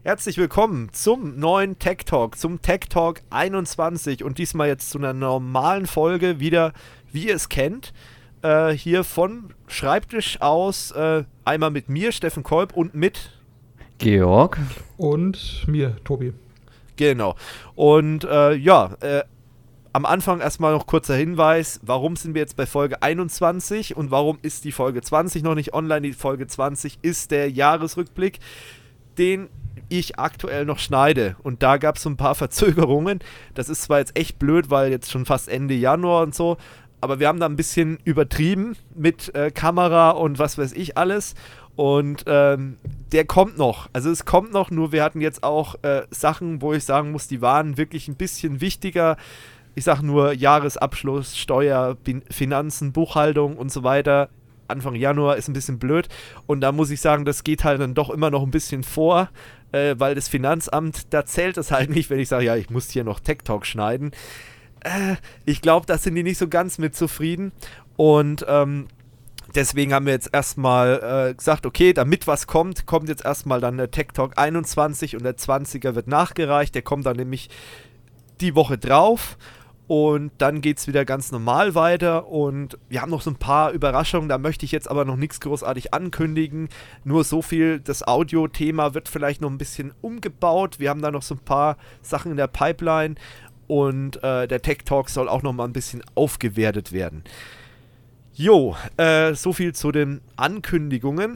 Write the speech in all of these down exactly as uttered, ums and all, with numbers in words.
Herzlich willkommen zum neuen Tech Talk, zum Tech Talk einundzwanzig und diesmal jetzt zu einer normalen Folge wieder, wie ihr es kennt, äh, hier von Schreibtisch aus, äh, einmal mit mir, Steffen Kolb, und mit Georg und mir, Tobi. Genau. Und äh, ja, äh, am Anfang erstmal noch kurzer Hinweis, warum sind wir jetzt bei Folge einundzwanzig und warum ist die Folge zwanzig noch nicht online? Die Folge zwanzig ist der Jahresrückblick, den ich aktuell noch schneide. Und da gab es so ein paar Verzögerungen. Das ist zwar jetzt echt blöd, weil jetzt schon fast Ende Januar und so, aber wir haben da ein bisschen übertrieben mit äh, Kamera und was weiß ich alles. Und ähm, der kommt noch. Also es kommt noch, nur wir hatten jetzt auch äh, Sachen, wo ich sagen muss, die waren wirklich ein bisschen wichtiger. Ich sag nur Jahresabschluss, Steuer, Bin- Finanzen, Buchhaltung und so weiter. Anfang Januar ist ein bisschen blöd. Und da muss ich sagen, das geht halt dann doch immer noch ein bisschen vor, äh, weil das Finanzamt, da zählt es halt nicht, wenn ich sage, ja, ich muss hier noch Tech Talk schneiden. Äh, ich glaube, da sind die nicht so ganz mit zufrieden. Und ähm, deswegen haben wir jetzt erstmal äh, gesagt, okay, damit was kommt, kommt jetzt erstmal dann der Tech Talk einundzwanzig und der zwanziger wird nachgereicht. Der kommt dann nämlich die Woche drauf. Und dann geht es wieder ganz normal weiter und wir haben noch so ein paar Überraschungen, da möchte ich jetzt aber noch nichts großartig ankündigen. Nur so viel, das Audio-Thema wird vielleicht noch ein bisschen umgebaut. Wir haben da noch so ein paar Sachen in der Pipeline und äh, der Tech Talk soll auch noch mal ein bisschen aufgewertet werden. Jo, äh, so viel zu den Ankündigungen.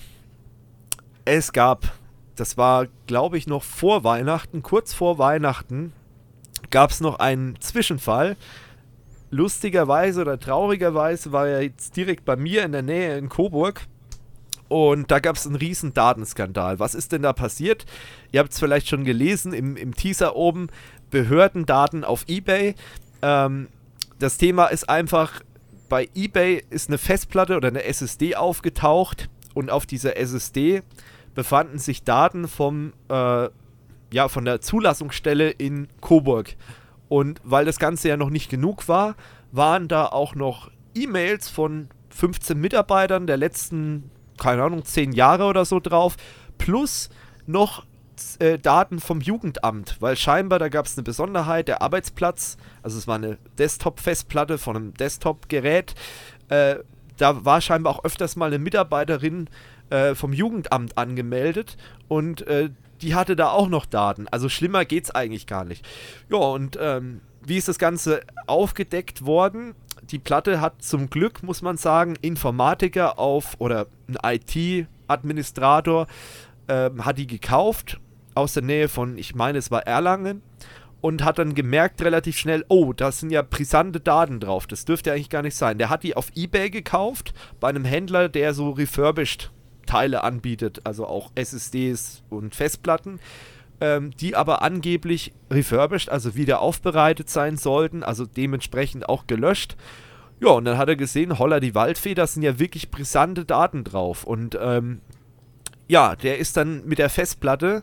Es gab, das war glaube ich noch vor Weihnachten, kurz vor Weihnachten, gab es noch einen Zwischenfall. Lustigerweise oder traurigerweise war er jetzt direkt bei mir in der Nähe in Coburg und da gab es einen riesen Datenskandal. Was ist denn da passiert? Ihr habt es vielleicht schon gelesen im, im Teaser oben, Behördendaten auf eBay. Ähm, das Thema ist einfach, bei eBay ist eine Festplatte oder eine S S D aufgetaucht und auf dieser S S D befanden sich Daten vom äh, ja, von der Zulassungsstelle in Coburg. Und weil das Ganze ja noch nicht genug war, waren da auch noch E-Mails von fünfzehn Mitarbeitern der letzten, keine Ahnung, zehn Jahre oder so drauf, plus noch äh, Daten vom Jugendamt, weil scheinbar, da gab es eine Besonderheit, der Arbeitsplatz, also es war eine Desktop-Festplatte von einem Desktop-Gerät, äh, da war scheinbar auch öfters mal eine Mitarbeiterin äh, vom Jugendamt angemeldet und äh, die hatte da auch noch Daten. Also schlimmer geht's eigentlich gar nicht. Ja, und ähm, wie ist das Ganze aufgedeckt worden? Die Platte hat zum Glück, muss man sagen, Informatiker auf, oder ein I T-Administrator, ähm, hat die gekauft, aus der Nähe von, ich meine, es war Erlangen, und hat dann gemerkt relativ schnell, oh, da sind ja brisante Daten drauf. Das dürfte eigentlich gar nicht sein. Der hat die auf eBay gekauft, bei einem Händler, der so refurbished Teile anbietet, also auch S S Ds und Festplatten, ähm, die aber angeblich refurbished, also wieder aufbereitet sein sollten, also dementsprechend auch gelöscht. Ja, und dann hat er gesehen, holla die Waldfee, da sind ja wirklich brisante Daten drauf. Und ähm, ja, der ist dann mit der Festplatte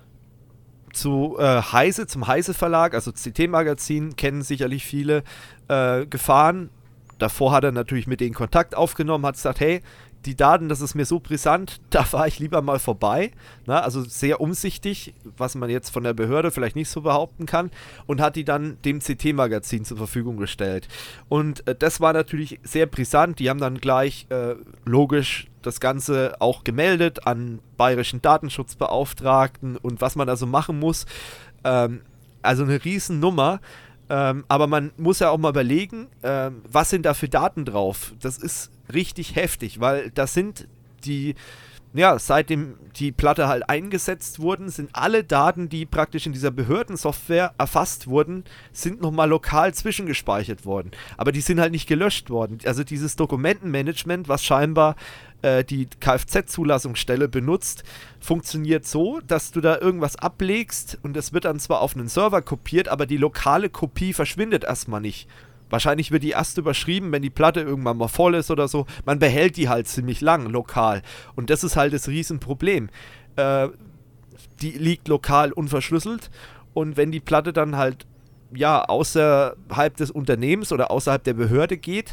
zu äh, Heise, zum Heise Verlag, also C T-Magazin, kennen sicherlich viele, äh, gefahren. Davor hat er natürlich mit denen Kontakt aufgenommen, hat gesagt, hey, die Daten, das ist mir so brisant, da fahre ich lieber mal vorbei. Na, also sehr umsichtig, was man jetzt von der Behörde vielleicht nicht so behaupten kann, und hat die dann dem C T-Magazin zur Verfügung gestellt. Und äh, das war natürlich sehr brisant. Die haben dann gleich äh, logisch das Ganze auch gemeldet an bayerischen Datenschutzbeauftragten und was man also machen muss. Ähm, also eine Riesennummer. Ähm, aber man muss ja auch mal überlegen, ähm, was sind da für Daten drauf? Das ist richtig heftig, weil das sind die, ja, seitdem die Platte halt eingesetzt wurden, sind alle Daten, die praktisch in dieser Behördensoftware erfasst wurden, sind nochmal lokal zwischengespeichert worden. Aber die sind halt nicht gelöscht worden. Also dieses Dokumentenmanagement, was scheinbar äh, die Kfz-Zulassungsstelle benutzt, funktioniert so, dass du da irgendwas ablegst und das wird dann zwar auf einen Server kopiert, aber die lokale Kopie verschwindet erstmal nicht. Wahrscheinlich wird die erst überschrieben, wenn die Platte irgendwann mal voll ist oder so. Man behält die halt ziemlich lang, lokal. Und das ist halt das Riesenproblem. Äh, die liegt lokal unverschlüsselt und wenn die Platte dann halt, ja, außerhalb des Unternehmens oder außerhalb der Behörde geht,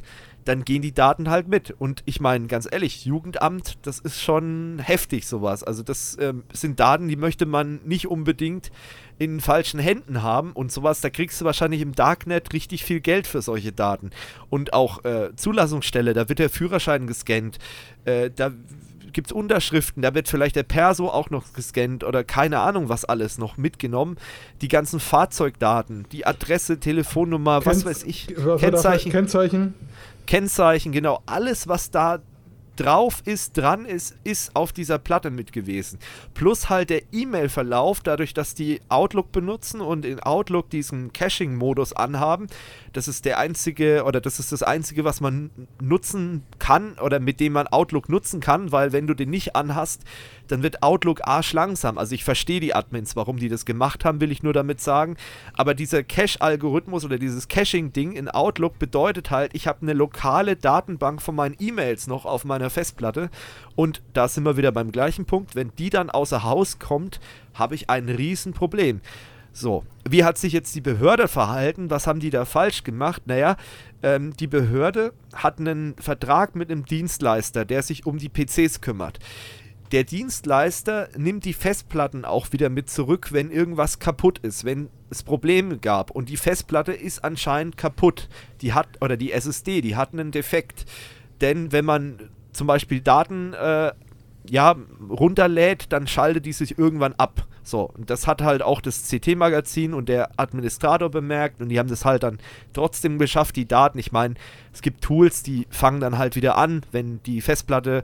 dann gehen die Daten halt mit. Und ich meine, ganz ehrlich, Jugendamt, das ist schon heftig sowas. Also das ähm, sind Daten, die möchte man nicht unbedingt in falschen Händen haben und sowas. Da kriegst du wahrscheinlich im Darknet richtig viel Geld für solche Daten. Und auch äh, Zulassungsstelle, da wird der Führerschein gescannt, äh, da gibt es Unterschriften, da wird vielleicht der Perso auch noch gescannt oder keine Ahnung was alles noch mitgenommen. Die ganzen Fahrzeugdaten, die Adresse, Telefonnummer, Kenn- was weiß ich, was Kennzeichen. Kennzeichen. Kennzeichen, genau, alles, was da drauf ist, dran ist, ist auf dieser Platte mit gewesen. Plus halt der E-Mail-Verlauf, dadurch, dass die Outlook benutzen und in Outlook diesen Caching-Modus anhaben. Das ist der einzige, oder das ist das einzige, was man nutzen kann oder mit dem man Outlook nutzen kann, weil wenn du den nicht anhast, dann wird Outlook arschlangsam. Also ich verstehe die Admins, warum die das gemacht haben, will ich nur damit sagen. Aber dieser Cache-Algorithmus oder dieses Caching-Ding in Outlook bedeutet halt, ich habe eine lokale Datenbank von meinen E-Mails noch auf meiner Festplatte und da sind wir wieder beim gleichen Punkt. Wenn die dann außer Haus kommt, habe ich ein Riesenproblem. So, wie hat sich jetzt die Behörde verhalten? Was haben die da falsch gemacht? Naja, ähm, die Behörde hat einen Vertrag mit einem Dienstleister, der sich um die P Cs kümmert. Der Dienstleister nimmt die Festplatten auch wieder mit zurück, wenn irgendwas kaputt ist, wenn es Probleme gab. Und die Festplatte ist anscheinend kaputt. Die hat, oder die S S D, die hat einen Defekt. Denn wenn man zum Beispiel Daten äh, ja, runterlädt, dann schaltet die sich irgendwann ab. So, und das hat halt auch das C T-Magazin und der Administrator bemerkt und die haben das halt dann trotzdem geschafft, die Daten. Ich meine, es gibt Tools, die fangen dann halt wieder an, wenn die Festplatte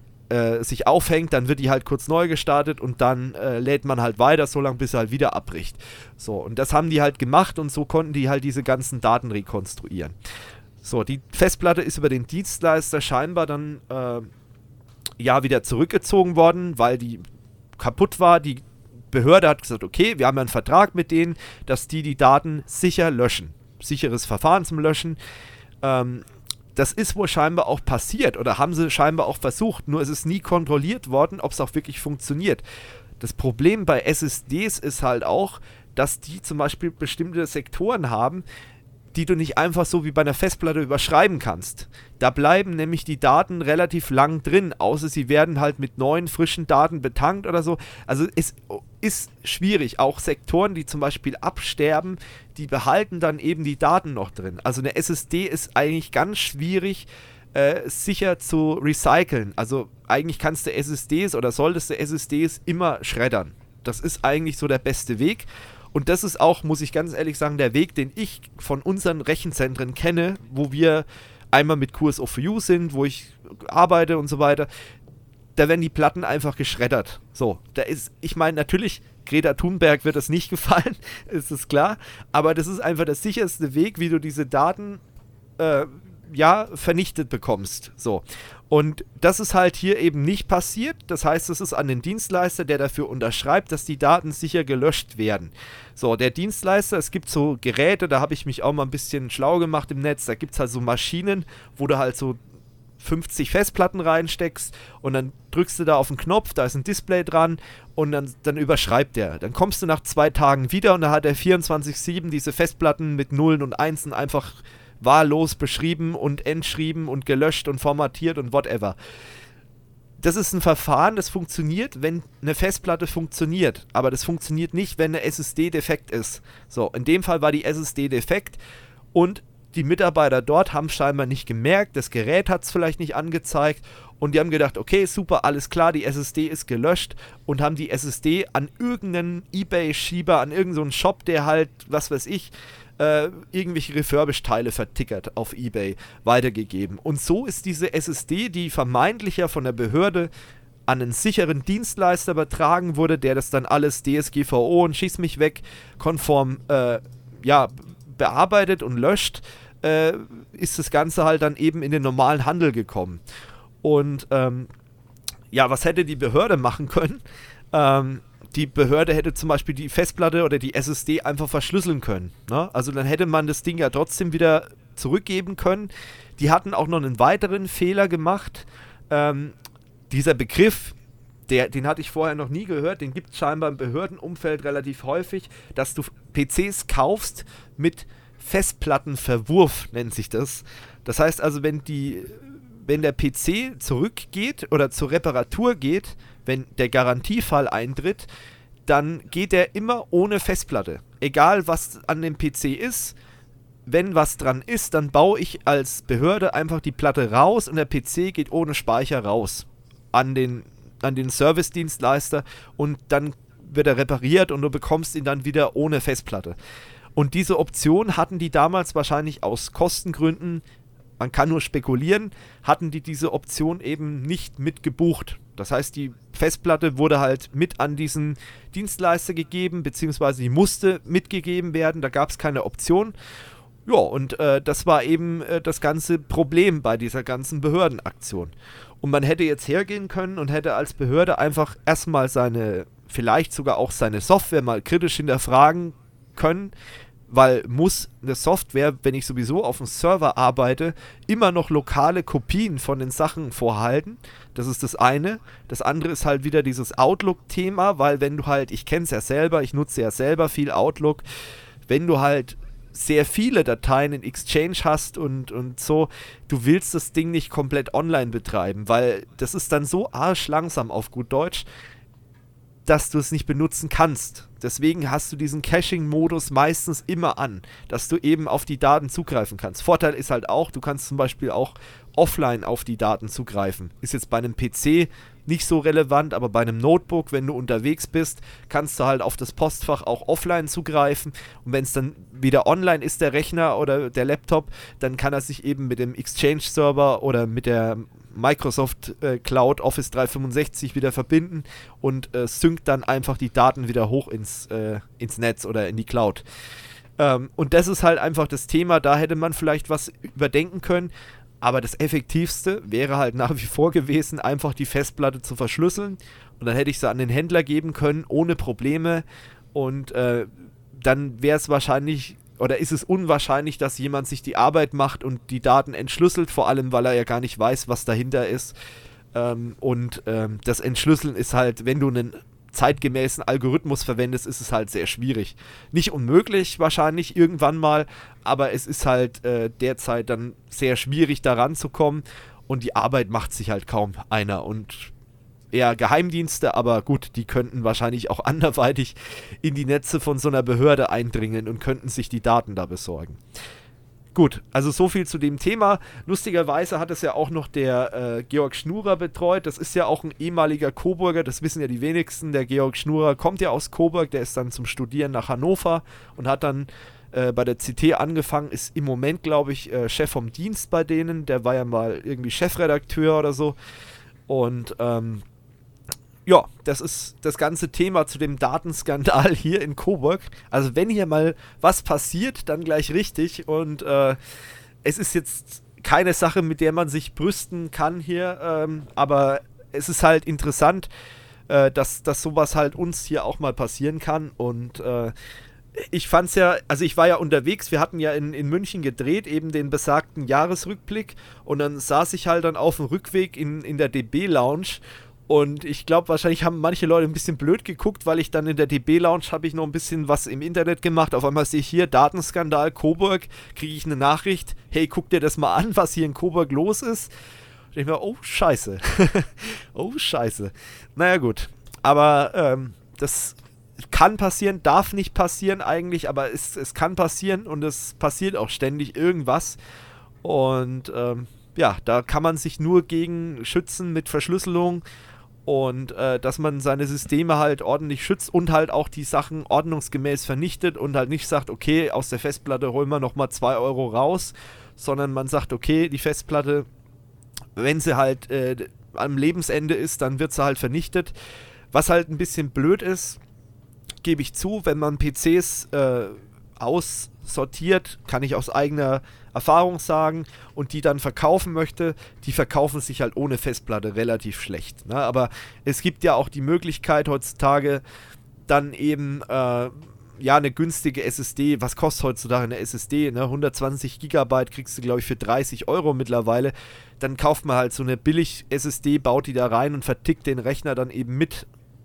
äh, sich aufhängt, dann wird die halt kurz neu gestartet und dann äh, lädt man halt weiter, so lange bis sie halt wieder abbricht. So, und das haben die halt gemacht und so konnten die halt diese ganzen Daten rekonstruieren. So, die Festplatte ist über den Dienstleister scheinbar dann äh, ja wieder zurückgezogen worden, weil die kaputt war. Die Behörde hat gesagt, okay, wir haben ja einen Vertrag mit denen, dass die die Daten sicher löschen. Sicheres Verfahren zum Löschen. Ähm, das ist wohl scheinbar auch passiert oder haben sie scheinbar auch versucht, nur es ist nie kontrolliert worden, ob es auch wirklich funktioniert. Das Problem bei S S Ds ist halt auch, dass die zum Beispiel bestimmte Sektoren haben, die du nicht einfach so wie bei einer Festplatte überschreiben kannst. Da bleiben nämlich die Daten relativ lang drin, außer sie werden halt mit neuen, frischen Daten betankt oder so. Also es ist schwierig. Auch Sektoren, die zum Beispiel absterben, die behalten dann eben die Daten noch drin. Also eine S S D ist eigentlich ganz schwierig, äh, sicher zu recyceln. Also eigentlich kannst du S S Ds oder solltest du S S Ds immer schreddern. Das ist eigentlich so der beste Weg. Und das ist auch, muss ich ganz ehrlich sagen, der Weg, den ich von unseren Rechenzentren kenne, wo wir einmal mit Q S O vier U sind, wo ich arbeite und so weiter. Da werden die Platten einfach geschreddert. So, da ist, ich meine, natürlich, Greta Thunberg wird das nicht gefallen, ist es klar, aber das ist einfach der sicherste Weg, wie du diese Daten äh, ja, vernichtet bekommst. So. Und das ist halt hier eben nicht passiert. Das heißt, es ist an den Dienstleister, der dafür unterschreibt, dass die Daten sicher gelöscht werden. So, der Dienstleister, es gibt so Geräte, da habe ich mich auch mal ein bisschen schlau gemacht im Netz, da gibt es halt so Maschinen, wo du halt so fünfzig Festplatten reinsteckst und dann drückst du da auf den Knopf, da ist ein Display dran und dann, dann überschreibt der. Dann kommst du nach zwei Tagen wieder und da hat er vierundzwanzig sieben diese Festplatten mit Nullen und Einsen einfach wahllos beschrieben und entschrieben und gelöscht und formatiert und whatever. Das ist ein Verfahren, das funktioniert, wenn eine Festplatte funktioniert, aber das funktioniert nicht, wenn eine S S D defekt ist. So, in dem Fall war die S S D defekt und die Mitarbeiter dort haben scheinbar nicht gemerkt, das Gerät hat es vielleicht nicht angezeigt und die haben gedacht, okay, super, alles klar, die S S D ist gelöscht und haben die S S D an irgendeinen eBay-Schieber, an irgendeinen Shop, der halt, was weiß ich, äh, irgendwelche Refurbished-Teile vertickert auf eBay, weitergegeben. Und so ist diese S S D, die vermeintlich ja von der Behörde an einen sicheren Dienstleister übertragen wurde, der das dann alles D S G V O und schieß mich weg konform äh, ja, bearbeitet und löscht, äh, ist das Ganze halt dann eben in den normalen Handel gekommen. Und ähm, ja, was hätte die Behörde machen können? Ähm, die Behörde hätte zum Beispiel die Festplatte oder die S S D einfach verschlüsseln können. Ne? Also dann hätte man das Ding ja trotzdem wieder zurückgeben können. Die hatten auch noch einen weiteren Fehler gemacht. Ähm, dieser Begriff, der, den hatte ich vorher noch nie gehört, den gibt es scheinbar im Behördenumfeld relativ häufig, dass du P Cs kaufst mit Festplattenverwurf, nennt sich das. Das heißt also, wenn die, wenn der P C zurückgeht oder zur Reparatur geht, wenn der Garantiefall eintritt, dann geht er immer ohne Festplatte. Egal, was an dem P C ist, wenn was dran ist, dann baue ich als Behörde einfach die Platte raus und der P C geht ohne Speicher raus an den, an den Service-Dienstleister und dann wird er repariert und du bekommst ihn dann wieder ohne Festplatte. Und diese Option hatten die damals wahrscheinlich aus Kostengründen, man kann nur spekulieren, hatten die diese Option eben nicht mit gebucht. Das heißt, die Festplatte wurde halt mit an diesen Dienstleister gegeben, beziehungsweise die musste mitgegeben werden, da gab es keine Option. Ja, und äh, das war eben äh, das ganze Problem bei dieser ganzen Behördenaktion. Und man hätte jetzt hergehen können und hätte als Behörde einfach erstmal seine, vielleicht sogar auch seine Software mal kritisch hinterfragen können, weil muss eine Software, wenn ich sowieso auf dem Server arbeite, immer noch lokale Kopien von den Sachen vorhalten. Das ist das eine. Das andere ist halt wieder dieses Outlook-Thema, weil wenn du halt, ich kenne es ja selber, ich nutze ja selber viel Outlook, wenn du halt sehr viele Dateien in Exchange hast und, und so, du willst das Ding nicht komplett online betreiben, weil das ist dann so arschlangsam auf gut Deutsch, dass du es nicht benutzen kannst. Deswegen hast du diesen Caching-Modus meistens immer an, dass du eben auf die Daten zugreifen kannst. Vorteil ist halt auch, du kannst zum Beispiel auch offline auf die Daten zugreifen. Ist jetzt bei einem P C nicht so relevant, aber bei einem Notebook, wenn du unterwegs bist, kannst du halt auf das Postfach auch offline zugreifen. Und wenn es dann wieder online ist, der Rechner oder der Laptop, dann kann er sich eben mit dem Exchange-Server oder mit der Microsoft äh, Cloud Office dreihundertfünfundsechzig wieder verbinden und äh, synkt dann einfach die Daten wieder hoch ins, äh, ins Netz oder in die Cloud. Ähm, und das ist halt einfach das Thema, da hätte man vielleicht was überdenken können, aber das Effektivste wäre halt nach wie vor gewesen, einfach die Festplatte zu verschlüsseln und dann hätte ich sie an den Händler geben können, ohne Probleme und äh, dann wäre es wahrscheinlich oder ist es unwahrscheinlich, dass jemand sich die Arbeit macht und die Daten entschlüsselt, vor allem, weil er ja gar nicht weiß, was dahinter ist. Ähm, und ähm, das Entschlüsseln ist halt, wenn du einen zeitgemäßen Algorithmus verwendest, ist es halt sehr schwierig. Nicht unmöglich wahrscheinlich irgendwann mal, aber es ist halt äh, derzeit dann sehr schwierig, da ranzukommen und die Arbeit macht sich halt kaum einer und eher Geheimdienste, aber gut, die könnten wahrscheinlich auch anderweitig in die Netze von so einer Behörde eindringen und könnten sich die Daten da besorgen. Gut, also so viel zu dem Thema. Lustigerweise hat es ja auch noch der äh, Georg Schnurer betreut. Das ist ja auch ein ehemaliger Coburger, das wissen ja die wenigsten. Der Georg Schnurer kommt ja aus Coburg, der ist dann zum Studieren nach Hannover und hat dann äh, bei der C T angefangen, ist im Moment, glaube ich, äh, Chef vom Dienst bei denen. Der war ja mal irgendwie Chefredakteur oder so. Und ähm, ja, das ist das ganze Thema zu dem Datenskandal hier in Coburg. Also wenn hier mal was passiert, dann gleich richtig. Und äh, es ist jetzt keine Sache, mit der man sich brüsten kann hier. Ähm, aber es ist halt interessant, äh, dass, dass sowas halt uns hier auch mal passieren kann. Und äh, ich fand's ja, also ich war ja unterwegs, wir hatten ja in, in München gedreht, eben den besagten Jahresrückblick. Und dann saß ich halt dann auf dem Rückweg in, in der D B-Lounge. Und ich glaube, wahrscheinlich haben manche Leute ein bisschen blöd geguckt, weil ich dann in der D B-Lounge habe ich noch ein bisschen was im Internet gemacht. Auf einmal sehe ich hier, Datenskandal, Coburg, kriege ich eine Nachricht, hey, guck dir das mal an, was hier in Coburg los ist. Und ich mir, oh, scheiße. oh, scheiße. Naja, gut. Aber ähm, das kann passieren, darf nicht passieren eigentlich, aber es, es kann passieren und es passiert auch ständig irgendwas. Und ähm, ja, da kann man sich nur gegen schützen mit Verschlüsselung. Und äh, dass man seine Systeme halt ordentlich schützt und halt auch die Sachen ordnungsgemäß vernichtet und halt nicht sagt, okay, aus der Festplatte holen wir nochmal zwei Euro raus, sondern man sagt, okay, die Festplatte, wenn sie halt äh, am Lebensende ist, dann wird sie halt vernichtet. Was halt ein bisschen blöd ist, gebe ich zu, wenn man P Cs äh, aussortiert, kann ich aus eigener Erfahrung sagen, und die dann verkaufen möchte, die verkaufen sich halt ohne Festplatte relativ schlecht. Ne? Aber es gibt ja auch die Möglichkeit heutzutage dann eben äh, ja eine günstige S S D, was kostet heutzutage eine S S D? Ne? hundertzwanzig Gigabyte kriegst du, glaube ich, für dreißig Euro mittlerweile. Dann kauft man halt so eine billig S S D, baut die da rein und vertickt den Rechner dann eben mit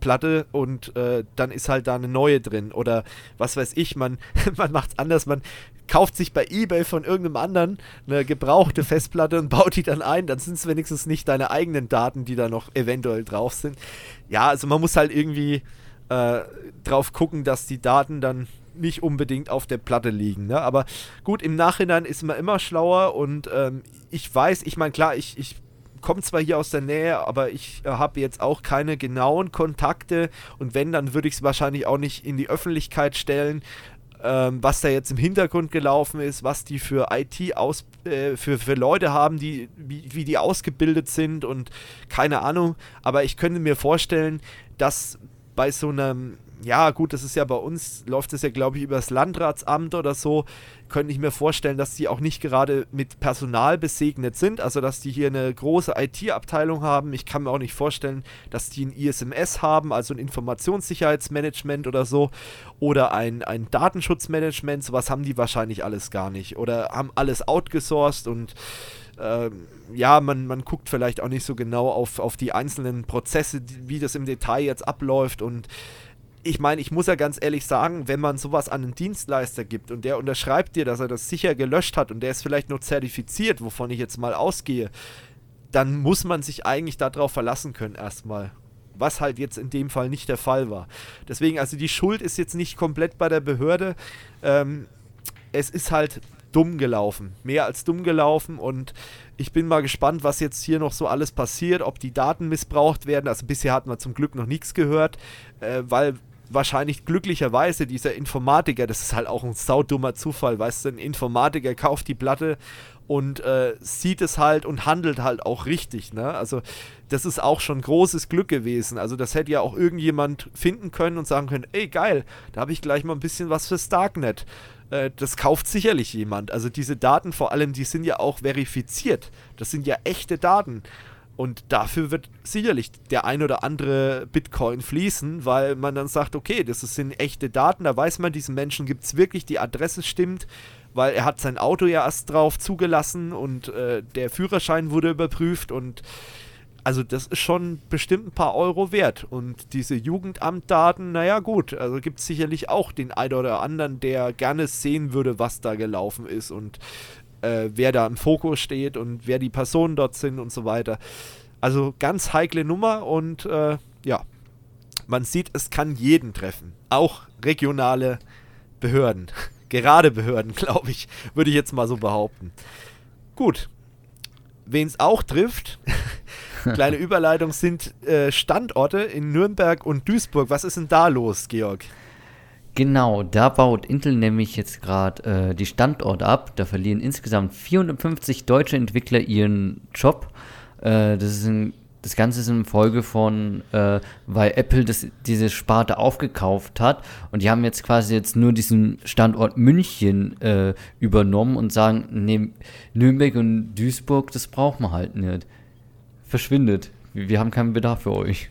Platte und äh, dann ist halt da eine neue drin. Oder was weiß ich, man, man macht es anders, man kauft sich bei eBay von irgendeinem anderen eine gebrauchte Festplatte und baut die dann ein, dann sind es wenigstens nicht deine eigenen Daten, die da noch eventuell drauf sind. Ja, also man muss halt irgendwie äh, drauf gucken, dass die Daten dann nicht unbedingt auf der Platte liegen, ne? Aber gut, im Nachhinein ist man immer schlauer und ähm, ich weiß, ich meine, klar, ich, ich komme zwar hier aus der Nähe, aber ich äh, habe jetzt auch keine genauen Kontakte und wenn, dann würde ich es wahrscheinlich auch nicht in die Öffentlichkeit stellen, ähm, was da jetzt im Hintergrund gelaufen ist, was die für I T aus, äh, für, für Leute haben, die, wie, wie die ausgebildet sind und keine Ahnung, aber ich könnte mir vorstellen, dass bei so einem, ja gut, das ist ja bei uns, läuft das ja glaube ich über das Landratsamt oder so, könnte ich mir vorstellen, dass die auch nicht gerade mit Personal besegnet sind, also dass die hier eine große I T-Abteilung haben. Ich kann mir auch nicht vorstellen, dass die ein I S M S haben, also ein Informationssicherheitsmanagement oder so, oder ein, ein Datenschutzmanagement, sowas haben die wahrscheinlich alles gar nicht, oder haben alles outgesourced und ähm, ja, man, man guckt vielleicht auch nicht so genau auf, auf die einzelnen Prozesse, die, wie das im Detail jetzt abläuft und ich meine, ich muss ja ganz ehrlich sagen, wenn man sowas an einen Dienstleister gibt und der unterschreibt dir, dass er das sicher gelöscht hat und der ist vielleicht noch zertifiziert, wovon ich jetzt mal ausgehe, dann muss man sich eigentlich darauf verlassen können erstmal. Was halt jetzt in dem Fall nicht der Fall war. Deswegen, also die Schuld ist jetzt nicht komplett bei der Behörde. Ähm, es ist halt dumm gelaufen. Mehr als dumm gelaufen und ich bin mal gespannt, was jetzt hier noch so alles passiert, ob die Daten missbraucht werden. Also bisher hatten wir zum Glück noch nichts gehört, äh, weil wahrscheinlich glücklicherweise dieser Informatiker, das ist halt auch ein saudummer Zufall, weißt du, ein Informatiker kauft die Platte und äh, sieht es halt und handelt halt auch richtig, ne? Also das ist auch schon großes Glück gewesen. Also das hätte ja auch irgendjemand finden können und sagen können, ey geil, da habe ich gleich mal ein bisschen was fürs Darknet. Äh, das kauft sicherlich jemand. Also diese Daten vor allem, die sind ja auch verifiziert. Das sind ja echte Daten. Und dafür wird sicherlich der ein oder andere Bitcoin fließen, weil man dann sagt, okay, das sind echte Daten, da weiß man, diesen Menschen gibt es wirklich, die Adresse stimmt, weil er hat sein Auto ja erst drauf zugelassen und äh, der Führerschein wurde überprüft und also das ist schon bestimmt ein paar Euro wert. Und diese Jugendamtdaten, naja gut, also gibt es sicherlich auch den einen oder anderen, der gerne sehen würde, was da gelaufen ist und Äh, wer da im Fokus steht und wer die Personen dort sind und so weiter. Also ganz heikle Nummer und äh, ja, man sieht, es kann jeden treffen. Auch regionale Behörden. Gerade Behörden, glaube ich, würde ich jetzt mal so behaupten. Gut. Wen es auch trifft, kleine Überleitung, sind äh, Standorte in Nürnberg und Duisburg. Was ist denn da los, Georg? Genau, da baut Intel nämlich jetzt gerade äh, die Standorte ab. Da verlieren insgesamt vierhundertfünfzig deutsche Entwickler ihren Job. Äh, das, ist ein, das Ganze ist in Folge von, äh, weil Apple das, diese Sparte aufgekauft hat. Und die haben jetzt quasi jetzt nur diesen Standort München äh, übernommen und sagen, nee, Nürnberg und Duisburg, das braucht man halt nicht. Verschwindet. Wir, wir haben keinen Bedarf für euch.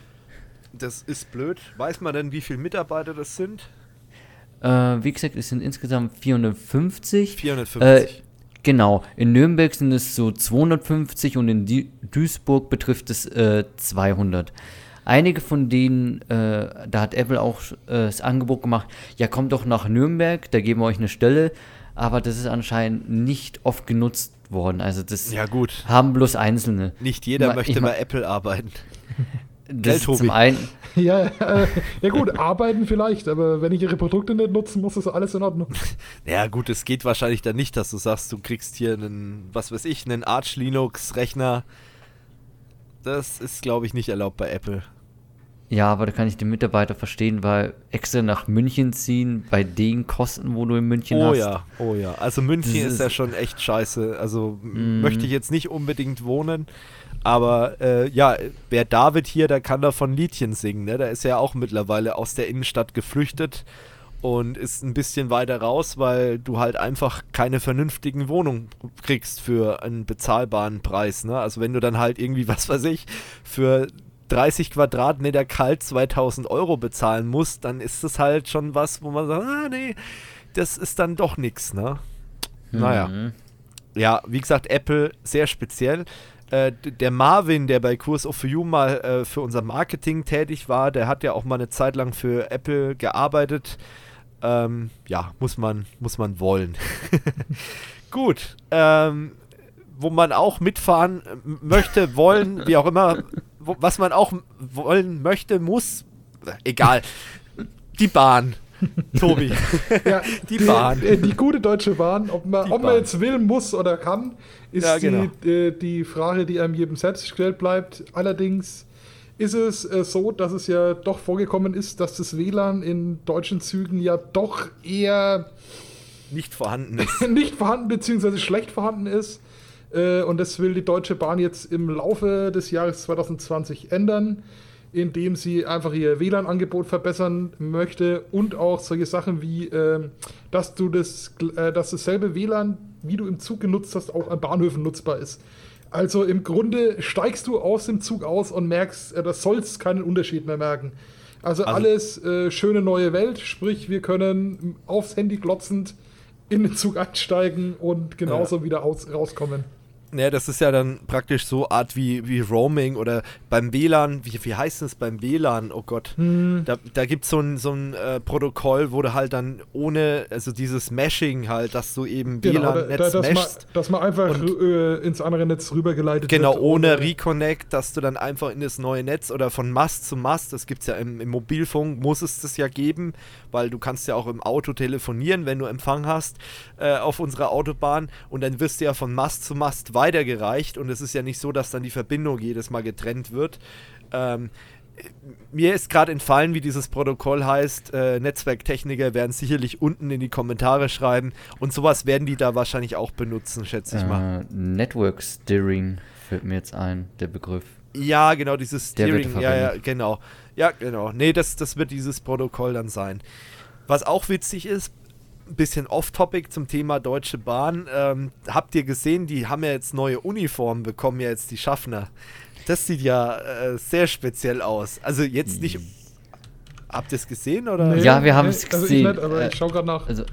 Das ist blöd. Weiß man denn, wie viele Mitarbeiter das sind? Äh, wie gesagt, es sind insgesamt vierhundertfünfzig. vierhundertfünfzig. Äh, genau. In Nürnberg sind es so zweihundertfünfzig und in Di- Duisburg betrifft es äh, zweihundert. Einige von denen, äh, da hat Apple auch äh, das Angebot gemacht, ja kommt doch nach Nürnberg, da geben wir euch eine Stelle, aber das ist anscheinend nicht oft genutzt worden. Also das ja, gut. haben bloß Einzelne. Nicht jeder Ma- möchte ich ma- bei Apple arbeiten. Das ist Tobi? zum einen, Ja, äh, ja gut, arbeiten vielleicht, aber wenn ich ihre Produkte nicht nutzen muss, ist alles in Ordnung. Ja gut, es geht wahrscheinlich dann nicht, dass du sagst, du kriegst hier einen, was weiß ich, einen Arch Linux Rechner. Das ist, glaube ich, nicht erlaubt bei Apple. ja, aber da kann ich den Mitarbeiter verstehen, weil extra nach München ziehen, bei den Kosten, wo du in München Oh hast. ja, oh ja. Also München Das ist ja ist- schon echt scheiße. Also m- Mm. möchte ich jetzt nicht unbedingt wohnen. Aber äh, ja, wer David hier, der kann davon Liedchen singen. Ne? Der ist ja auch mittlerweile aus der Innenstadt geflüchtet und ist ein bisschen weiter raus, weil du halt einfach keine vernünftigen Wohnungen kriegst für einen bezahlbaren Preis. Ne? Also wenn du dann halt irgendwie, was weiß ich, für dreißig Quadratmeter kalt zweitausend Euro bezahlen musst, dann ist das halt schon was, wo man sagt, ah nee, das ist dann doch nix, ne? Naja. Mhm. Ja, wie gesagt, Apple sehr speziell. äh, der Marvin, der bei Kurs of You mal äh, für unser Marketing tätig war, der hat ja auch mal eine Zeit lang für Apple gearbeitet. Ähm, ja, muss man, muss man wollen. Gut, ähm, wo man auch mitfahren möchte, wollen, wie auch immer, wo, was man auch wollen möchte, muss, egal, die Bahn. Tobi, ja, die, die Bahn. Die, die gute Deutsche Bahn, ob man, ob man Bahn. jetzt will, muss oder kann, ist ja, genau. die, äh, die Frage, die einem jedem selbst gestellt bleibt. Allerdings ist es äh, so, dass es ja doch vorgekommen ist, dass das W L A N in deutschen Zügen ja doch eher nicht vorhanden ist. nicht vorhanden bzw. schlecht vorhanden ist. Äh, und das will die Deutsche Bahn jetzt im Laufe des Jahres zwanzig zwanzig ändern, indem sie einfach ihr W L A N-Angebot verbessern möchte und auch solche Sachen wie, äh, dass du das, äh, dass dasselbe W L A N, wie du im Zug genutzt hast, auch an Bahnhöfen nutzbar ist. Also im Grunde steigst du aus dem Zug aus und merkst, äh, das sollst keinen Unterschied mehr merken. Also, also alles äh, schöne neue Welt, sprich wir können aufs Handy glotzend in den Zug einsteigen und genauso ja. wieder aus, rauskommen. Ja, das ist ja dann praktisch so Art wie, wie Roaming oder beim W L A N, wie, wie heißt es beim W L A N? Oh Gott, hm. da, da gibt so es so ein äh, Protokoll, wo du halt dann ohne, also dieses Meshing halt, dass du eben genau, W L A N-Netz da, da, meshst. Dass man, dass man einfach äh, ins andere Netz rübergeleitet genau, wird. Genau, ohne Reconnect, dass du dann einfach in das neue Netz oder von Mast zu Mast, das gibt es ja im, im Mobilfunk, muss es das ja geben, weil du kannst ja auch im Auto telefonieren, wenn du Empfang hast äh, auf unserer Autobahn und dann wirst du ja von Mast zu Mast weitergereicht und es ist ja nicht so, dass dann die Verbindung jedes Mal getrennt wird. Ähm, mir ist gerade entfallen, wie dieses Protokoll heißt. Äh, Netzwerktechniker werden sicherlich unten in die Kommentare schreiben und sowas werden die da wahrscheinlich auch benutzen, schätze ich äh, mal. Network Steering fällt mir jetzt ein, der Begriff. Ja, genau, dieses Steering, ja, ja, genau. Ja, genau. Nee, das, das wird dieses Protokoll dann sein. Was auch witzig ist, ein bisschen off-topic zum Thema Deutsche Bahn. Ähm, habt ihr gesehen, die haben ja jetzt neue Uniformen bekommen, ja jetzt die Schaffner. Das sieht ja äh, sehr speziell aus. Also jetzt nicht... Habt ihr es gesehen, oder? Nee, ja, wir haben es nee, gesehen. Also ich nicht, aber äh, ich schau gerade nach. Also,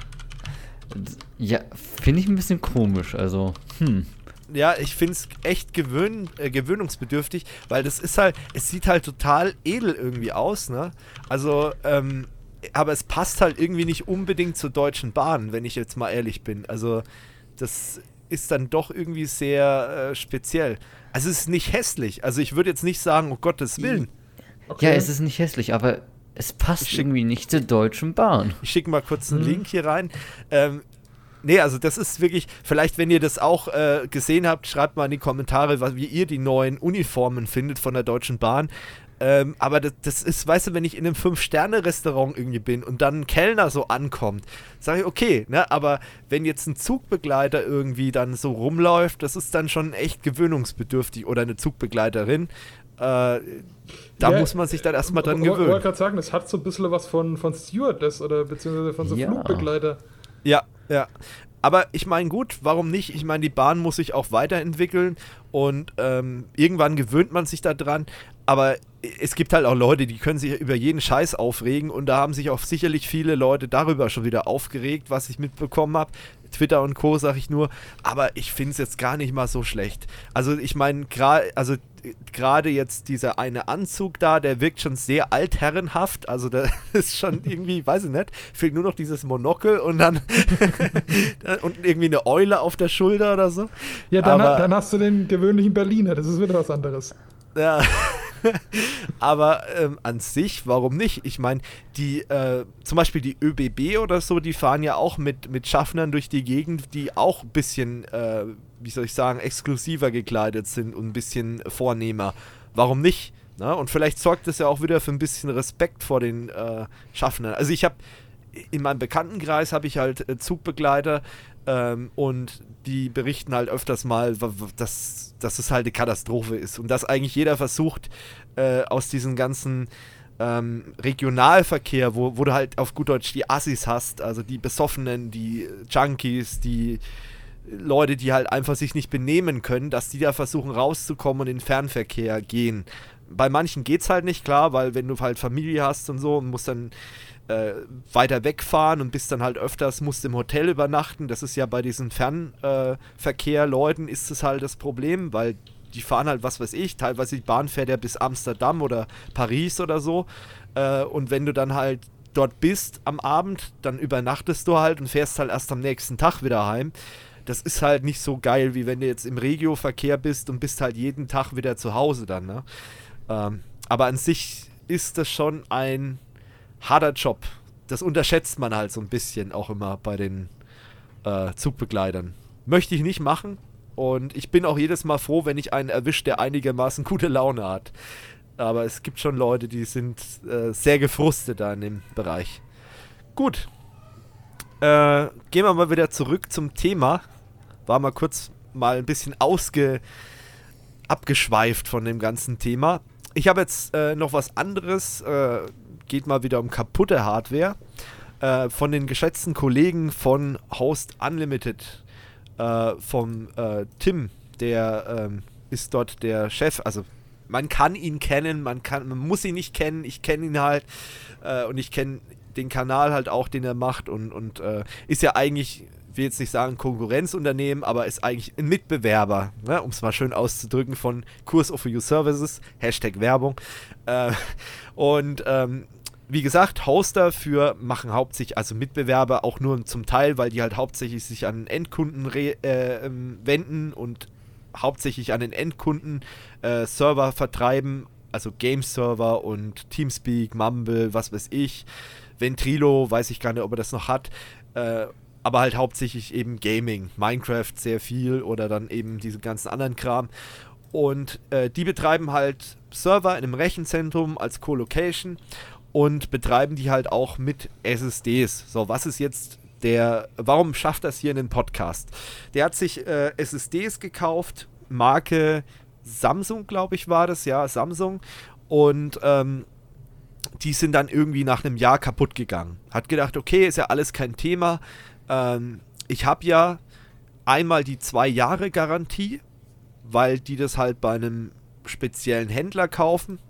ja, finde ich ein bisschen komisch, also, hm. Ja, ich finde es echt gewöhn, äh, gewöhnungsbedürftig, weil das ist halt, es sieht halt total edel irgendwie aus, ne? Also, ähm, aber es passt halt irgendwie nicht unbedingt zur Deutschen Bahn, wenn ich jetzt mal ehrlich bin. Also, das ist dann doch irgendwie sehr äh, speziell. Also, es ist nicht hässlich. Also, ich würde jetzt nicht sagen, um Gottes Willen. Okay. Ja, es ist nicht hässlich, aber es passt schick, irgendwie nicht zur Deutschen Bahn. Ich schicke mal kurz einen hm. Link hier rein. Ähm, Nee, also das ist wirklich, vielleicht wenn ihr das auch äh, gesehen habt, schreibt mal in die Kommentare, was, wie ihr die neuen Uniformen findet von der Deutschen Bahn. Ähm, aber das, das ist, weißt du, wenn ich in einem Fünf-Sterne-Restaurant irgendwie bin und dann ein Kellner so ankommt, sage ich, okay, ne, aber wenn jetzt ein Zugbegleiter irgendwie dann so rumläuft, das ist dann schon echt gewöhnungsbedürftig oder eine Zugbegleiterin. Äh, da ja, muss man sich dann erstmal dran gewöhnen. Ich wollte gerade sagen, es hat so ein bisschen was von, von Stewardess oder beziehungsweise von so ja. Flugbegleiter. Ja, ja. Aber ich meine, gut, warum nicht? Ich meine, die Bahn muss sich auch weiterentwickeln und ähm, irgendwann gewöhnt man sich da dran. Aber es gibt halt auch Leute, die können sich über jeden Scheiß aufregen und da haben sich auch sicherlich viele Leute darüber schon wieder aufgeregt, was ich mitbekommen habe. Twitter und Co., sag ich nur. Aber ich finde es jetzt gar nicht mal so schlecht. Also ich meine, gerade also gerade jetzt dieser eine Anzug da, der wirkt schon sehr altherrenhaft. Also da ist schon irgendwie, weiß ich nicht, fehlt nur noch dieses Monokel und dann und irgendwie eine Eule auf der Schulter oder so. Ja, dann, Aber, dann hast du den gewöhnlichen Berliner, das ist wieder was anderes. Ja. Aber ähm, an sich, warum nicht? Ich meine, die, äh, zum Beispiel die Ö B B oder so, die fahren ja auch mit, mit Schaffnern durch die Gegend, die auch ein bisschen, äh, wie soll ich sagen, exklusiver gekleidet sind und ein bisschen vornehmer. Warum nicht? Na? Und vielleicht sorgt das ja auch wieder für ein bisschen Respekt vor den äh, Schaffnern. Also ich habe, in meinem Bekanntenkreis habe ich halt äh, Zugbegleiter ähm, und die berichten halt öfters mal, dass, dass es halt eine Katastrophe ist und dass eigentlich jeder versucht, äh, aus diesem ganzen ähm, Regionalverkehr, wo, wo du halt auf gut Deutsch die Assis hast, also die Besoffenen, die Junkies, die Leute, die halt einfach sich nicht benehmen können, dass die da versuchen rauszukommen und in den Fernverkehr gehen. Bei manchen geht's halt nicht, klar, weil wenn du halt Familie hast und so und musst dann äh, weiter wegfahren und bist dann halt öfters, musst im Hotel übernachten, das ist ja bei diesen Fernverkehr-Leuten ist es halt das Problem, weil die fahren halt, was weiß ich, teilweise die Bahn fährt ja bis Amsterdam oder Paris oder so. Äh, und wenn du dann halt dort bist am Abend, dann übernachtest du halt und fährst halt erst am nächsten Tag wieder heim. Das ist halt nicht so geil, wie wenn du jetzt im Regioverkehr bist und bist halt jeden Tag wieder zu Hause dann, ne? Ähm, aber an sich ist das schon ein harter Job. Das unterschätzt man halt so ein bisschen auch immer bei den äh, Zugbegleitern. Möchte ich nicht machen und ich bin auch jedes Mal froh, wenn ich einen erwische, der einigermaßen gute Laune hat. Aber es gibt schon Leute, die sind äh, sehr gefrustet da in dem Bereich. Gut. Äh, gehen wir mal wieder zurück zum Thema. War mal kurz mal ein bisschen ausge... abgeschweift von dem ganzen Thema. Ich habe jetzt äh, noch was anderes. Äh, geht mal wieder um kaputte Hardware. Äh, von den geschätzten Kollegen von Host Unlimited. Äh, vom äh, Tim. Der ähm, ist dort der Chef. Also man kann ihn kennen, man kann, man muss ihn nicht kennen, ich kenne ihn halt äh, und ich kenne den Kanal halt auch, den er macht und, und äh, ist ja eigentlich, will jetzt nicht sagen Konkurrenzunternehmen, aber ist eigentlich ein Mitbewerber, ne, um es mal schön auszudrücken, von Kurs of You Services, Hashtag Werbung. Äh, und ähm, wie gesagt, Hoster für machen hauptsächlich, also Mitbewerber auch nur zum Teil, weil die halt hauptsächlich sich an Endkunden re, äh, wenden und hauptsächlich an den Endkunden äh, Server vertreiben, also Game-Server und Teamspeak, Mumble, was weiß ich, Ventrilo, weiß ich gar nicht, ob er das noch hat, äh, aber halt hauptsächlich eben Gaming, Minecraft sehr viel oder dann eben diese ganzen anderen Kram und äh, die betreiben halt Server in einem Rechenzentrum als Co-Location und betreiben die halt auch mit S S Ds. So, was ist jetzt der, warum schafft das hier in den Podcast? Der hat sich äh, S S Ds gekauft, Marke Samsung, glaube ich, war das, ja, Samsung. Und ähm, die sind dann irgendwie nach einem Jahr kaputt gegangen. Hat gedacht, okay, ist ja alles kein Thema. Ähm, ich habe ja einmal die zwei Jahre Garantie, weil die das halt bei einem speziellen Händler kaufen.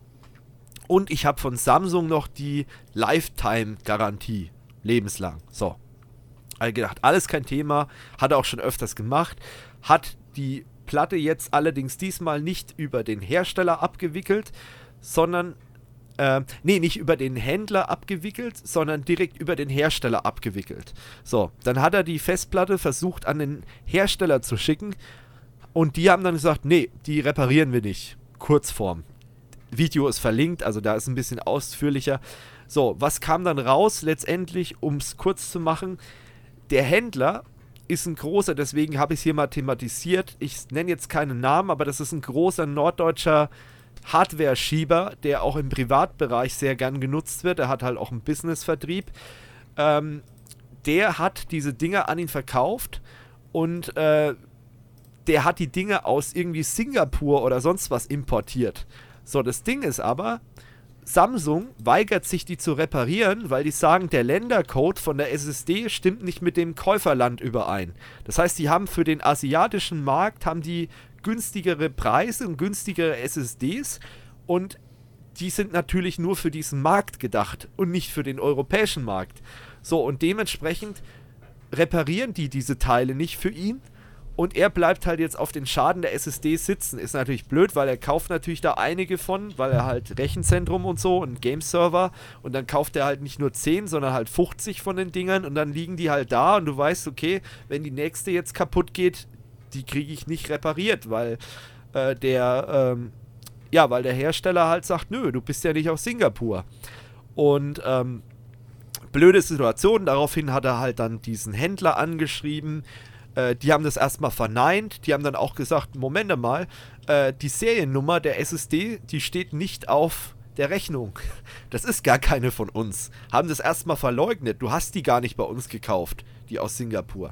Und ich habe von Samsung noch die Lifetime-Garantie, lebenslang. So. Also gedacht, alles kein Thema, hat er auch schon öfters gemacht, hat die Platte jetzt allerdings diesmal nicht über den Hersteller abgewickelt, sondern, äh, nee, nicht über den Händler abgewickelt, sondern direkt über den Hersteller abgewickelt. So, dann hat er die Festplatte versucht an den Hersteller zu schicken und die haben dann gesagt, nee, die reparieren wir nicht. Kurzform. Video ist verlinkt, also da ist ein bisschen ausführlicher. So, was kam dann raus letztendlich, um es kurz zu machen? Der Händler ist ein großer, deswegen habe ich es hier mal thematisiert. Ich nenne jetzt keinen Namen, aber das ist ein großer norddeutscher Hardware-Schieber, der auch im Privatbereich sehr gern genutzt wird. Er hat halt auch einen Business-Vertrieb. Ähm, der hat diese Dinge an ihn verkauft und äh, der hat die Dinge aus irgendwie Singapur oder sonst was importiert. So, das Ding ist aber, Samsung weigert sich, die zu reparieren, weil die sagen, der Ländercode von der S S D stimmt nicht mit dem Käuferland überein. Das heißt, die haben für den asiatischen Markt haben die günstigere Preise und günstigere S S Ds und die sind natürlich nur für diesen Markt gedacht und nicht für den europäischen Markt. So, und dementsprechend reparieren die diese Teile nicht für ihn. Und er bleibt halt jetzt auf den Schaden der S S D sitzen. Ist natürlich blöd, weil er kauft natürlich da einige von, weil er halt Rechenzentrum und so und Game-Server und dann kauft er halt nicht nur zehn, sondern halt fünfzig von den Dingern und dann liegen die halt da und du weißt, okay, wenn die nächste jetzt kaputt geht, die kriege ich nicht repariert, weil äh, der, ähm, ja, weil der Hersteller halt sagt, nö, du bist ja nicht aus Singapur. Und, ähm, blöde Situation, daraufhin hat er halt dann diesen Händler angeschrieben. Die haben das erstmal verneint, die haben dann auch gesagt, Moment mal, äh, die Seriennummer der S S D, die steht nicht auf der Rechnung. Das ist gar keine von uns. Haben das erstmal verleugnet, du hast die gar nicht bei uns gekauft, die aus Singapur.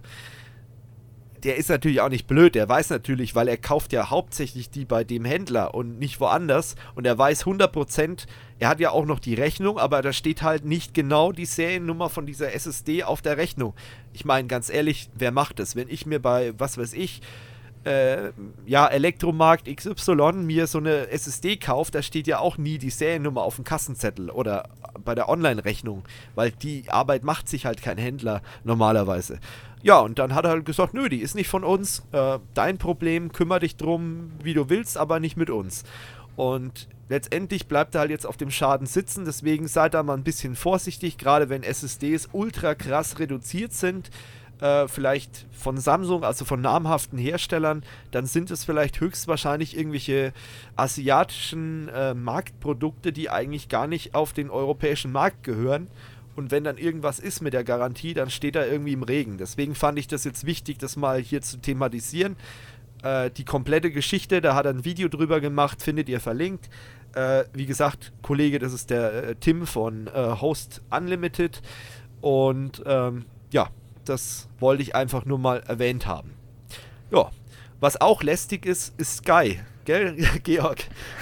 Der ist natürlich auch nicht blöd, der weiß natürlich, weil er kauft ja hauptsächlich die bei dem Händler und nicht woanders und er weiß hundert Prozent, er hat ja auch noch die Rechnung, aber da steht halt nicht genau die Seriennummer von dieser S S D auf der Rechnung. Ich meine, ganz ehrlich, wer macht das? Wenn ich mir bei, was weiß ich, äh, ja, Elektromarkt X Y mir so eine S S D kaufe, da steht ja auch nie die Seriennummer auf dem Kassenzettel oder bei der Online-Rechnung, weil die Arbeit macht sich halt kein Händler normalerweise. Ja, und dann hat er halt gesagt, nö, die ist nicht von uns, äh, dein Problem, kümmere dich drum, wie du willst, aber nicht mit uns. Und letztendlich bleibt er halt jetzt auf dem Schaden sitzen, deswegen seid da mal ein bisschen vorsichtig, gerade wenn S S Ds ultra krass reduziert sind, äh, vielleicht von Samsung, also von namhaften Herstellern, dann sind es vielleicht höchstwahrscheinlich irgendwelche asiatischen äh, Marktprodukte, die eigentlich gar nicht auf den europäischen Markt gehören. Und wenn dann irgendwas ist mit der Garantie, dann steht er irgendwie im Regen. Deswegen fand ich das jetzt wichtig, das mal hier zu thematisieren. Äh, die komplette Geschichte, da hat er ein Video drüber gemacht, findet ihr verlinkt. Äh, wie gesagt, Kollege, das ist der äh, Tim von äh, Host Unlimited. Und ähm, ja, das wollte ich einfach nur mal erwähnt haben. Ja, was auch lästig ist, ist Sky. Gell, Georg?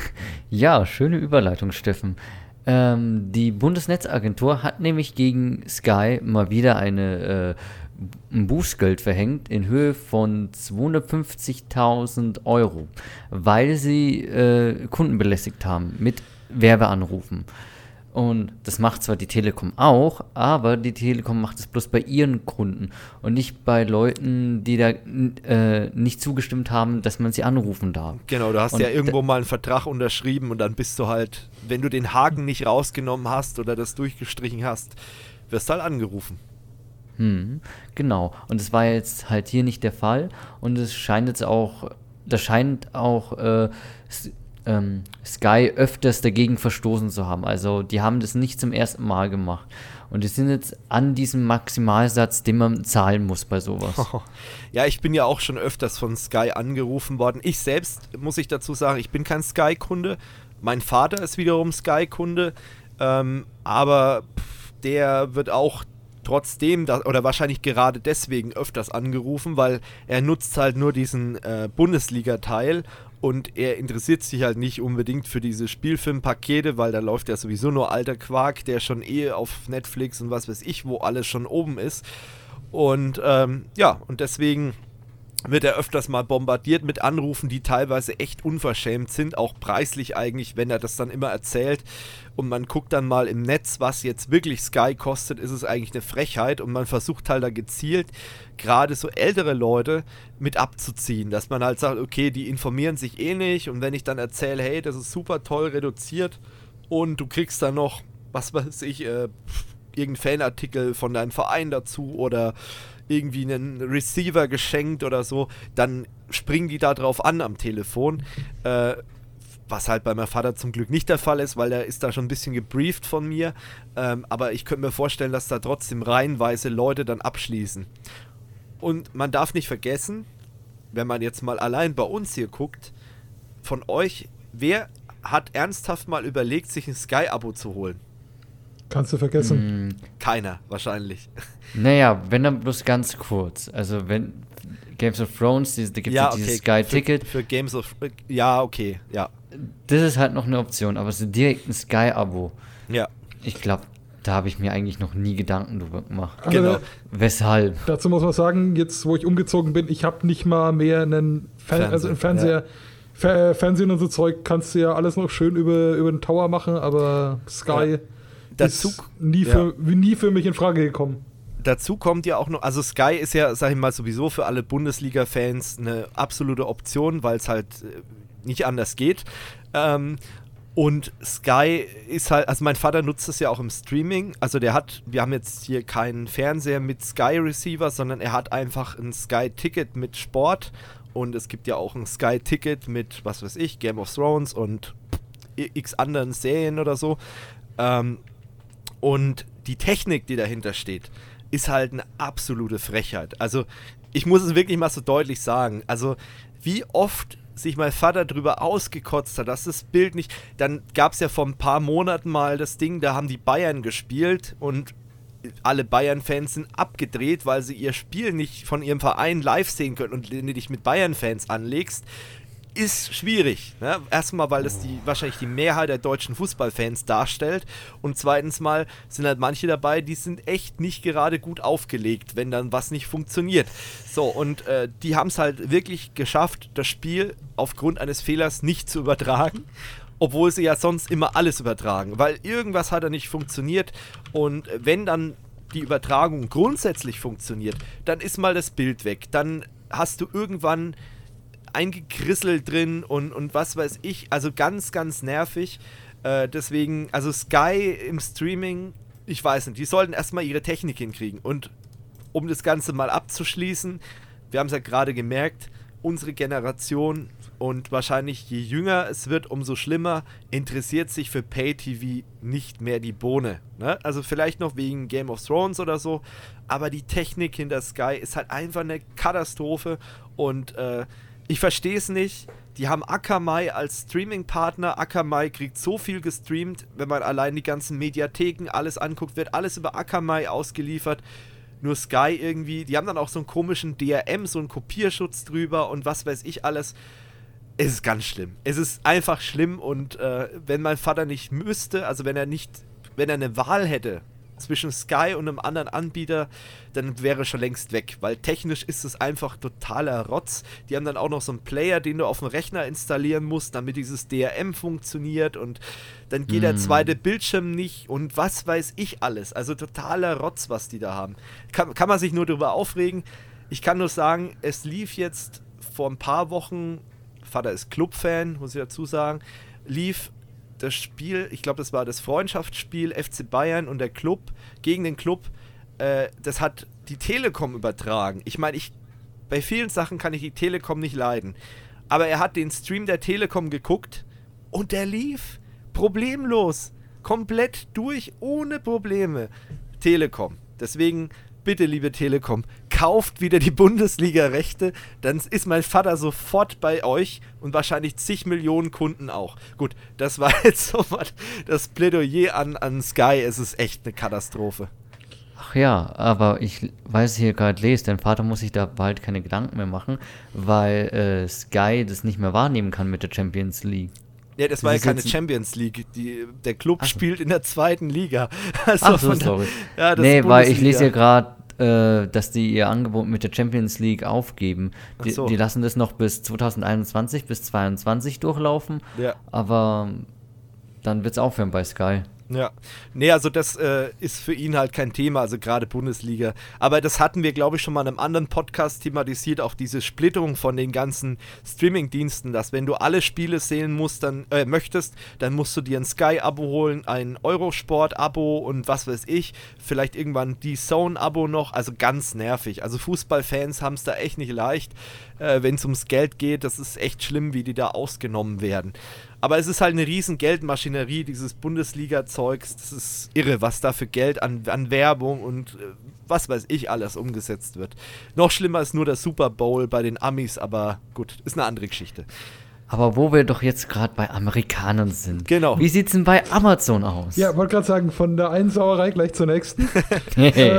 Ja, schöne Überleitung, Steffen. Ähm, die Bundesnetzagentur hat nämlich gegen Sky mal wieder eine, äh, ein Bußgeld verhängt in Höhe von zweihundertfünfzigtausend Euro, weil sie äh, Kunden belästigt haben mit Werbeanrufen. Und das macht zwar die Telekom auch, aber die Telekom macht es bloß bei ihren Kunden und nicht bei Leuten, die da äh, nicht zugestimmt haben, dass man sie anrufen darf. Genau, du hast und ja irgendwo mal einen Vertrag unterschrieben und dann bist du halt, wenn du den Haken nicht rausgenommen hast oder das durchgestrichen hast, wirst du halt angerufen. Hm, genau. Und das war jetzt halt hier nicht der Fall und es scheint jetzt auch, das scheint auch äh, Ähm, Sky öfters dagegen verstoßen zu haben. Also die haben das nicht zum ersten Mal gemacht. Und die sind jetzt an diesem Maximalsatz, den man zahlen muss bei sowas. Ja, ich bin ja auch schon öfters von Sky angerufen worden. Ich selbst, muss ich dazu sagen, ich bin kein Sky-Kunde. Mein Vater ist wiederum Sky-Kunde. Ähm, aber pff, der wird auch trotzdem, da, oder wahrscheinlich gerade deswegen öfters angerufen, weil er nutzt halt nur diesen äh, Bundesliga-Teil. Und er interessiert sich halt nicht unbedingt für diese Spielfilmpakete, weil da läuft ja sowieso nur alter Quark, der schon eh auf Netflix und was weiß ich, wo alles schon oben ist. Und ähm, ja, und deswegen wird er öfters mal bombardiert mit Anrufen, die teilweise echt unverschämt sind, auch preislich eigentlich, wenn er das dann immer erzählt. Und man guckt dann mal im Netz, was jetzt wirklich Sky kostet, ist es eigentlich eine Frechheit. Und man versucht halt da gezielt, gerade so ältere Leute mit abzuziehen, dass man halt sagt, okay, die informieren sich eh nicht. Und wenn ich dann erzähle, hey, das ist super toll reduziert und du kriegst dann noch, was weiß ich, äh, irgendeinen Fanartikel von deinem Verein dazu oder irgendwie einen Receiver geschenkt oder so, dann springen die da drauf an am Telefon, äh, was halt bei meinem Vater zum Glück nicht der Fall ist, weil der ist da schon ein bisschen gebrieft von mir, ähm, aber ich könnte mir vorstellen, dass da trotzdem reihenweise Leute dann abschließen. Und man darf nicht vergessen, wenn man jetzt mal allein bei uns hier guckt, von euch, wer hat ernsthaft mal überlegt, sich ein Sky-Abo zu holen? Kannst du vergessen. Mm, Keiner, wahrscheinlich. Naja, wenn dann bloß ganz kurz. Also wenn Games of Thrones, da gibt es Ja, ja dieses okay, Sky-Ticket. Für, für Games of... Ja, okay, ja. Das ist halt noch eine Option, aber so direkt ein Sky-Abo. Ja. Ich glaube, da habe ich mir eigentlich noch nie Gedanken drüber gemacht. Also, Genau. Weshalb? Dazu muss man sagen, jetzt wo ich umgezogen bin, ich habe nicht mal mehr einen Fer- Fernseher, also einen Fernseher. Fer- Fernsehen und so Zeug kannst du ja alles noch schön über, über den Tower machen, aber Sky Ja. Dazu, ist nie für, nie für mich in Frage gekommen. dazu kommt ja auch noch, also Sky ist ja, sag ich mal, sowieso für alle Bundesliga-Fans eine absolute Option, weil es halt äh, nicht anders geht. Ähm, und Sky ist halt, also mein Vater nutzt es ja auch im Streaming, also der hat, wir haben jetzt hier keinen Fernseher mit Sky-Receiver, sondern er hat einfach ein Sky-Ticket mit Sport und es gibt ja auch ein Sky-Ticket mit, was weiß ich, Game of Thrones und x anderen Serien oder so. Ähm, Und die Technik, die dahinter steht, ist halt eine absolute Frechheit. Also, ich muss es wirklich mal so deutlich sagen. Also, wie oft sich mein Vater drüber ausgekotzt hat, dass das Bild nicht... Dann gab es ja vor ein paar Monaten mal das Ding, da haben die Bayern gespielt und alle Bayern-Fans sind abgedreht, weil sie ihr Spiel nicht von ihrem Verein live sehen können. Und wenn du dich mit Bayern-Fans anlegst, ist schwierig. Ne? Erstmal, weil das die, wahrscheinlich die Mehrheit der deutschen Fußballfans darstellt und zweitens mal sind halt manche dabei, die sind echt nicht gerade gut aufgelegt, wenn dann was nicht funktioniert. So, und äh, die haben es halt wirklich geschafft, das Spiel aufgrund eines Fehlers nicht zu übertragen, obwohl sie ja sonst immer alles übertragen, weil irgendwas hat da nicht funktioniert und wenn dann die Übertragung grundsätzlich funktioniert, dann ist mal das Bild weg. Dann hast du irgendwann ein Gekrissel drin und, und was weiß ich. Also ganz, ganz nervig. Äh, deswegen, also Sky im Streaming, ich weiß nicht, die sollten erstmal ihre Technik hinkriegen. Und um das Ganze mal abzuschließen, wir haben es ja gerade gemerkt, unsere Generation und wahrscheinlich je jünger es wird, umso schlimmer, interessiert sich für Pay-T V nicht mehr die Bohne. Ne? Also vielleicht noch wegen Game of Thrones oder so, aber die Technik hinter Sky ist halt einfach eine Katastrophe und äh, ich verstehe es nicht. Die haben Akamai als Streaming-Partner. Akamai kriegt so viel gestreamt, wenn man allein die ganzen Mediatheken, alles anguckt, wird alles über Akamai ausgeliefert. Nur Sky irgendwie, die haben dann auch so einen komischen D R M, so einen Kopierschutz drüber und was weiß ich alles. Es ist ganz schlimm. Es ist einfach schlimm und äh, wenn mein Vater nicht müsste, also wenn er nicht, wenn er eine Wahl hätte zwischen Sky und einem anderen Anbieter, dann wäre er schon längst weg, weil technisch ist es einfach totaler Rotz. Die haben dann auch noch so einen Player, den du auf dem Rechner installieren musst, damit dieses D R M funktioniert und dann geht mm. der zweite Bildschirm nicht und was weiß ich alles. Also totaler Rotz, was die da haben. Kann, kann man sich nur darüber aufregen. Ich kann nur sagen, es lief jetzt vor ein paar Wochen, Vater ist Club-Fan, muss ich dazu sagen, lief das Spiel, ich glaube, das war das Freundschaftsspiel F C Bayern und der Club gegen den Club, äh, das hat die Telekom übertragen. Ich meine, ich bei vielen Sachen kann ich die Telekom nicht leiden, aber er hat den Stream der Telekom geguckt und der lief problemlos, komplett durch, ohne Probleme. Telekom. Deswegen bitte, liebe Telekom, kauft wieder die Bundesliga-Rechte, dann ist mein Vater sofort bei euch und wahrscheinlich zig Millionen Kunden auch. Gut, das war jetzt so was, das Plädoyer an, an Sky, es ist echt eine Katastrophe. Ach ja, aber ich weiß hier gerade lese, dein Vater muss sich da bald keine Gedanken mehr machen, weil äh, Sky das nicht mehr wahrnehmen kann mit der Champions League. Ja, das, das war ja keine Champions League. Die, der Club so. spielt in der zweiten Liga. Also Ach so, sorry. Der, ja, das nee, weil ich lese ja gerade, äh, dass die ihr Angebot mit der Champions League aufgeben. Die, so. die lassen das noch bis zwanzig einundzwanzig, bis zweiundzwanzig durchlaufen. Ja. Aber dann wird es aufhören bei Sky. Ja, nee, also das äh, ist für ihn halt kein Thema, also gerade Bundesliga. Aber das hatten wir, glaube ich, schon mal in einem anderen Podcast thematisiert, auch diese Splitterung von den ganzen Streaming-Diensten, dass wenn du alle Spiele sehen musst, dann äh, möchtest, dann musst du dir ein Sky-Abo holen, ein Eurosport-Abo und was weiß ich, vielleicht irgendwann die Zone-Abo noch, also ganz nervig. Also Fußballfans haben es da echt nicht leicht, äh, wenn es ums Geld geht, das ist echt schlimm, wie die da ausgenommen werden. Aber es ist halt eine riesen Geldmaschinerie, dieses Bundesliga-Zeugs. Das ist irre, was da für Geld an, an Werbung und äh, was weiß ich alles umgesetzt wird. Noch schlimmer ist nur der Super Bowl bei den Amis, aber gut, ist eine andere Geschichte. Aber wo wir doch jetzt gerade bei Amerikanern sind. Genau. Wie sieht's denn bei Amazon aus? Ja, wollte gerade sagen, von der einen Sauerei gleich zur nächsten. äh,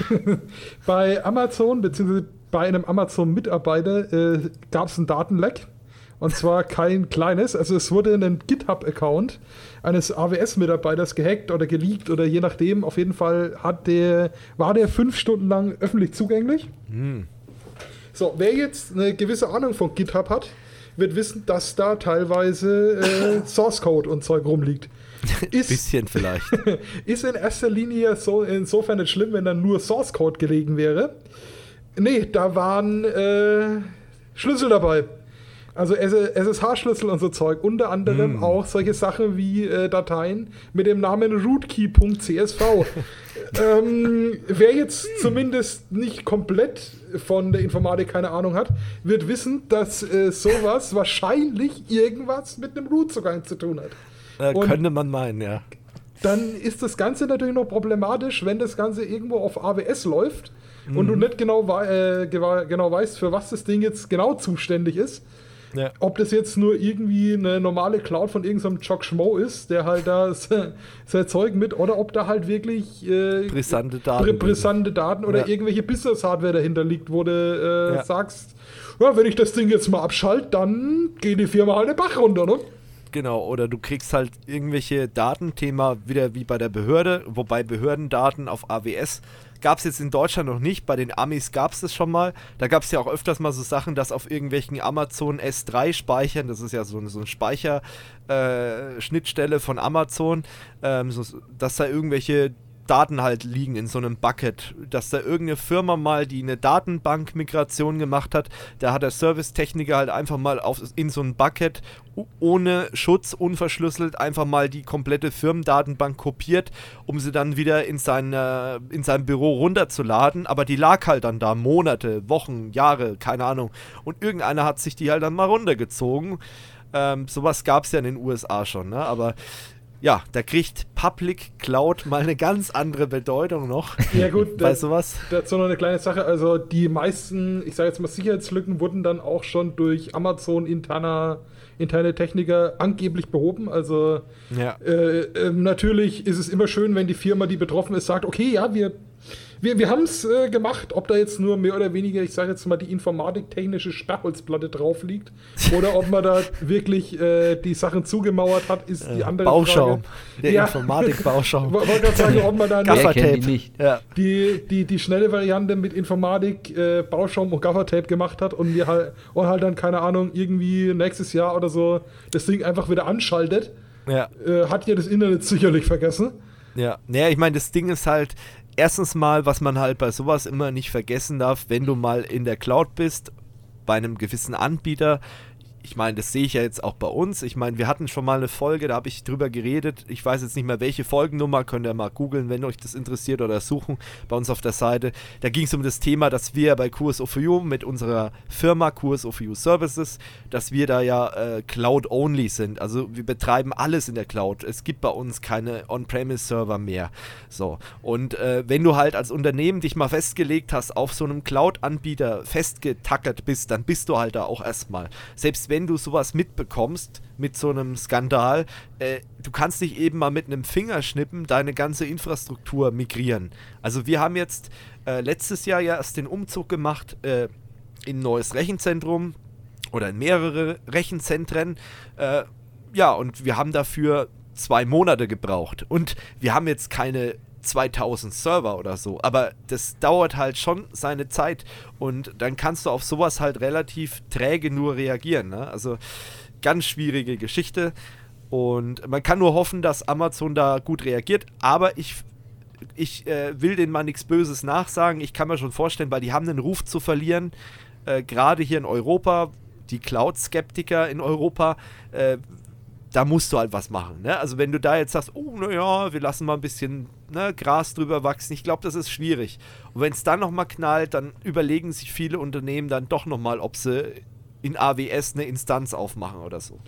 bei Amazon, beziehungsweise bei einem Amazon-Mitarbeiter äh, gab es einen Datenleck. Und zwar kein kleines, also es wurde ein GitHub-Account eines A W S-Mitarbeiters gehackt oder geleakt oder je nachdem. Auf jeden Fall hat der, war der fünf Stunden lang öffentlich zugänglich. Mhm. So, wer jetzt eine gewisse Ahnung von GitHub hat, wird wissen, dass da teilweise äh, Source-Code und Zeug rumliegt. Ist, bisschen vielleicht. Ist in erster Linie so, insofern nicht schlimm, wenn da nur Source-Code gelegen wäre. Nee, da waren äh, Schlüssel dabei. Also S S H-Schlüssel und so Zeug. Unter anderem mm. auch solche Sachen wie äh, Dateien mit dem Namen rootkey punkt c s v. ähm, wer jetzt zumindest nicht komplett von der Informatik keine Ahnung hat, wird wissen, dass äh, sowas wahrscheinlich irgendwas mit einem Root-Zugang zu tun hat. Äh, könnte man meinen, ja. Dann ist das Ganze natürlich noch problematisch, wenn das Ganze irgendwo auf A W S läuft mm. und du nicht genau, äh, genau weißt, für was das Ding jetzt genau zuständig ist. Ja. Ob das jetzt nur irgendwie eine normale Cloud von irgendeinem Jock Schmo ist, der halt da sein Zeug mit, oder ob da halt wirklich äh, brisante Daten, br- brisante Daten oder ja. irgendwelche Business-Hardware dahinter liegt, wo du äh, ja. sagst, ja, wenn ich das Ding jetzt mal abschalte, dann geht die Firma halt den Bach runter, ne? Genau, oder du kriegst halt irgendwelche Datenthema wieder wie bei der Behörde, wobei Behördendaten auf A W S gab es jetzt in Deutschland noch nicht, bei den Amis gab es das schon mal. Da gab es ja auch öfters mal so Sachen, dass auf irgendwelchen Amazon S drei Speichern, das ist ja so, so eine Speicherschnittstelle äh, von Amazon, ähm, so, dass da irgendwelche Daten halt liegen in so einem Bucket, dass da irgendeine Firma mal, die eine Datenbank-Migration gemacht hat, da hat der Servicetechniker halt einfach mal auf, in so ein Bucket ohne Schutz, unverschlüsselt, einfach mal die komplette Firmendatenbank kopiert, um sie dann wieder in, seine, in seinem Büro runterzuladen, aber die lag halt dann da Monate, Wochen, Jahre, keine Ahnung, und irgendeiner hat sich die halt dann mal runtergezogen. Ähm, sowas gab es ja in den U S A schon, ne? Aber ja, da kriegt Public Cloud mal eine ganz andere Bedeutung noch. Ja gut, bei sowas. Dazu noch eine kleine Sache. Also die meisten, ich sage jetzt mal Sicherheitslücken, wurden dann auch schon durch Amazon interner, interne Techniker angeblich behoben. Also ja. äh, äh, natürlich ist es immer schön, wenn die Firma, die betroffen ist, sagt, okay, ja, wir Wir, wir haben es äh, gemacht, ob da jetzt nur mehr oder weniger, ich sage jetzt mal, die informatiktechnische Sperrholzplatte drauf liegt oder ob man da wirklich äh, die Sachen zugemauert hat, ist die andere Bauschaum. Frage. Der ja. Informatik-Bauschaum. Ich wollte gerade sagen, ob man da Gaffertape. Die, ja. die, die, die schnelle Variante mit Informatik, äh, Bauschaum und Gaffertape gemacht hat und wir halt, und halt dann, keine Ahnung, irgendwie nächstes Jahr oder so das Ding einfach wieder anschaltet. Ja. Äh, hat ja das Internet sicherlich vergessen. Ja, naja, ich meine, das Ding ist halt, erstens mal, was man halt bei sowas immer nicht vergessen darf, wenn du mal in der Cloud bist, bei einem gewissen Anbieter, ich meine, das sehe ich ja jetzt auch bei uns, ich meine, wir hatten schon mal eine Folge, da habe ich drüber geredet, ich weiß jetzt nicht mehr welche Folgennummer, könnt ihr mal googeln, wenn euch das interessiert oder suchen, bei uns auf der Seite, da ging es um das Thema, dass wir bei Q S O vier U mit unserer Firma Q S O vier U Services, dass wir da ja äh, Cloud-only sind, also wir betreiben alles in der Cloud, es gibt bei uns keine On-Premise-Server mehr, so, und äh, wenn du halt als Unternehmen dich mal festgelegt hast, auf so einem Cloud-Anbieter festgetackert bist, dann bist du halt da auch erstmal, selbst wenn wenn du sowas mitbekommst, mit so einem Skandal, äh, du kannst nicht eben mal mit einem Fingerschnippen deine ganze Infrastruktur migrieren. Also wir haben jetzt äh, letztes Jahr ja erst den Umzug gemacht äh, in ein neues Rechenzentrum oder in mehrere Rechenzentren. Äh, ja, und wir haben dafür zwei Monate gebraucht. Und wir haben jetzt keine zweitausend Server oder so, aber das dauert halt schon seine Zeit und dann kannst du auf sowas halt relativ träge nur reagieren, ne? Also ganz schwierige Geschichte und man kann nur hoffen, dass Amazon da gut reagiert, aber ich ich äh, will denen mal nichts Böses nachsagen, ich kann mir schon vorstellen, weil die haben einen Ruf zu verlieren, äh, gerade hier in Europa, die Cloud-Skeptiker in Europa, äh, da musst du halt was machen, ne? Also wenn du da jetzt sagst, oh, naja, wir lassen mal ein bisschen ne, Gras drüber wachsen, ich glaube, das ist schwierig. Und wenn es dann nochmal knallt, dann überlegen sich viele Unternehmen dann doch nochmal, ob sie in A W S eine Instanz aufmachen oder so.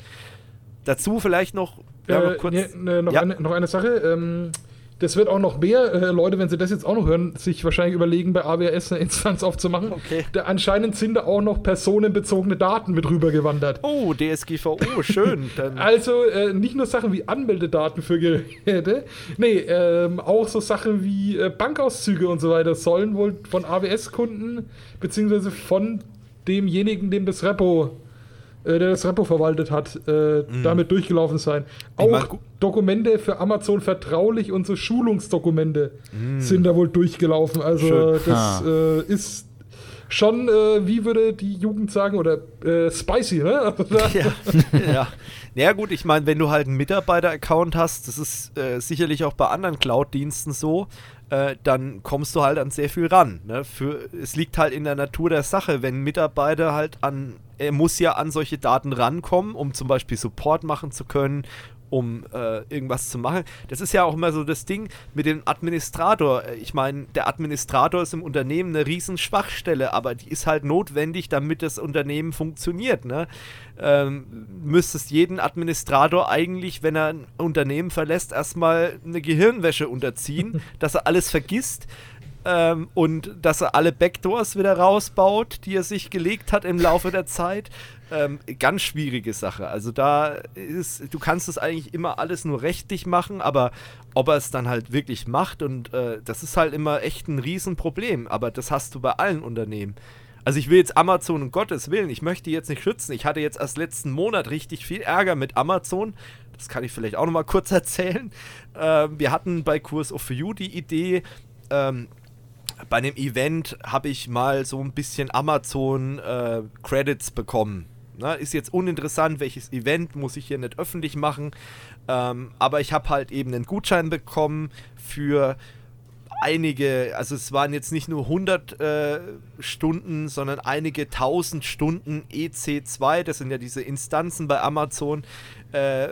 Dazu vielleicht noch, ja, äh, noch kurz... Ne, ne, noch, ja. eine, noch eine Sache, ähm, das wird auch noch mehr äh, Leute, wenn sie das jetzt auch noch hören, sich wahrscheinlich überlegen, bei A W S eine Instanz aufzumachen. Okay. Da anscheinend sind da auch noch personenbezogene Daten mit rübergewandert. Oh, D S G V O, schön. Dann Also äh, nicht nur Sachen wie Anmeldedaten für Geräte, nee, ähm, auch so Sachen wie äh, Bankauszüge und so weiter sollen wohl von A W S-Kunden beziehungsweise von demjenigen, dem das Repo der das Repo verwaltet hat, äh, mm. damit durchgelaufen sein. Auch ich mein, Dokumente für Amazon vertraulich und so Schulungsdokumente mm. sind da wohl durchgelaufen. Also Schön. das äh, ist schon, äh, wie würde die Jugend sagen, oder äh, spicy, ne? ja. ja. Naja gut, ich meine, wenn du halt einen Mitarbeiter-Account hast, das ist äh, sicherlich auch bei anderen Cloud-Diensten so, äh, dann kommst du halt an sehr viel ran. Ne? Für, es liegt halt in der Natur der Sache, wenn ein Mitarbeiter halt an, er muss ja an solche Daten rankommen, um zum Beispiel Support machen zu können, um äh, irgendwas zu machen. Das ist ja auch immer so das Ding mit dem Administrator. Ich meine, der Administrator ist im Unternehmen eine riesen Schwachstelle, aber die ist halt notwendig, damit das Unternehmen funktioniert. Ne? Ähm, müsstest jeden Administrator eigentlich, wenn er ein Unternehmen verlässt, erstmal eine Gehirnwäsche unterziehen, dass er alles vergisst. Ähm, und dass er alle Backdoors wieder rausbaut, die er sich gelegt hat im Laufe der Zeit. Ähm, ganz schwierige Sache. Also da ist, du kannst es eigentlich immer alles nur rechtlich machen, aber ob er es dann halt wirklich macht und äh, das ist halt immer echt ein Riesenproblem. Aber das hast du bei allen Unternehmen. Also ich will jetzt Amazon um Gottes Willen, ich möchte jetzt nicht schützen. Ich hatte jetzt erst letzten Monat richtig viel Ärger mit Amazon. Das kann ich vielleicht auch nochmal kurz erzählen. Äh, wir hatten bei Q S O vier U die Idee, ähm, bei einem Event habe ich mal so ein bisschen Amazon-Credits äh, bekommen. Na, ist jetzt uninteressant, welches Event, muss ich hier nicht öffentlich machen. Ähm, aber ich habe halt eben einen Gutschein bekommen für einige, also es waren jetzt nicht nur hundert äh, Stunden, sondern einige tausend Stunden E C zwei, das sind ja diese Instanzen bei Amazon, äh,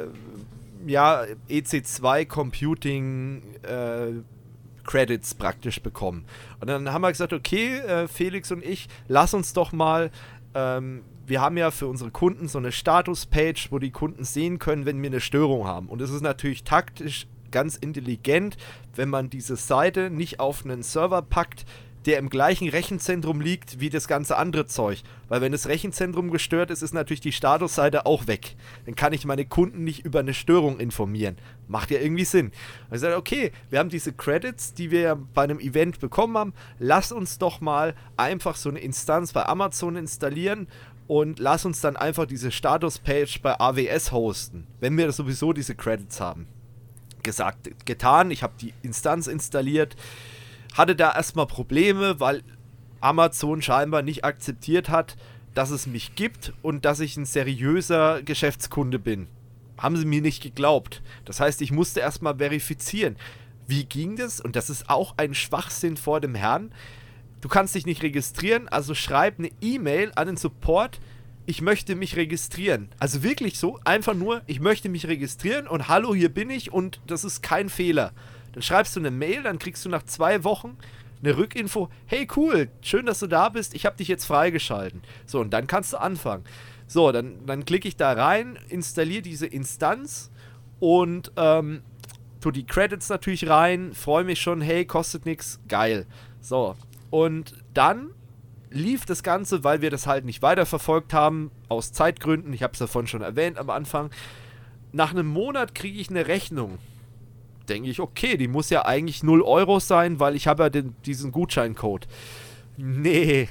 ja, E C zwei Computing äh, Credits praktisch bekommen. Und dann haben wir gesagt, okay, äh, Felix und ich, lass uns doch mal, ähm, wir haben ja für unsere Kunden so eine Status-Page, wo die Kunden sehen können, wenn wir eine Störung haben. Und es ist natürlich taktisch ganz intelligent, wenn man diese Seite nicht auf einen Server packt, der im gleichen Rechenzentrum liegt wie das ganze andere Zeug. Weil wenn das Rechenzentrum gestört ist, ist natürlich die Statusseite auch weg. Dann kann ich meine Kunden nicht über eine Störung informieren. Macht ja irgendwie Sinn. Und ich sage, okay, wir haben diese Credits, die wir ja bei einem Event bekommen haben. Lass uns doch mal einfach so eine Instanz bei Amazon installieren und lass uns dann einfach diese Status-Page bei A W S hosten, wenn wir sowieso diese Credits haben. Gesagt, getan, ich habe die Instanz installiert, hatte da erstmal Probleme, weil Amazon scheinbar nicht akzeptiert hat, dass es mich gibt und dass ich ein seriöser Geschäftskunde bin. Haben sie mir nicht geglaubt. Das heißt, ich musste erstmal verifizieren. Wie ging das? Und das ist auch ein Schwachsinn vor dem Herrn. Du kannst dich nicht registrieren, also schreib eine E-Mail an den Support, ich möchte mich registrieren. Also wirklich so, einfach nur, ich möchte mich registrieren und hallo, hier bin ich und das ist kein Fehler. Dann schreibst du eine Mail, dann kriegst du nach zwei Wochen eine Rückinfo, hey cool, schön, dass du da bist, ich habe dich jetzt freigeschalten. So, und dann kannst du anfangen. So, dann, dann klicke ich da rein, installiere diese Instanz und ähm, tu die Credits natürlich rein, freue mich schon, hey, kostet nichts, geil. So, und dann lief das Ganze, weil wir das halt nicht weiterverfolgt haben, aus Zeitgründen, ich habe es davon schon erwähnt am Anfang, nach einem Monat kriege ich eine Rechnung. Denke ich, okay, die muss ja eigentlich null Euro sein, weil ich habe ja den, diesen Gutscheincode. Nee,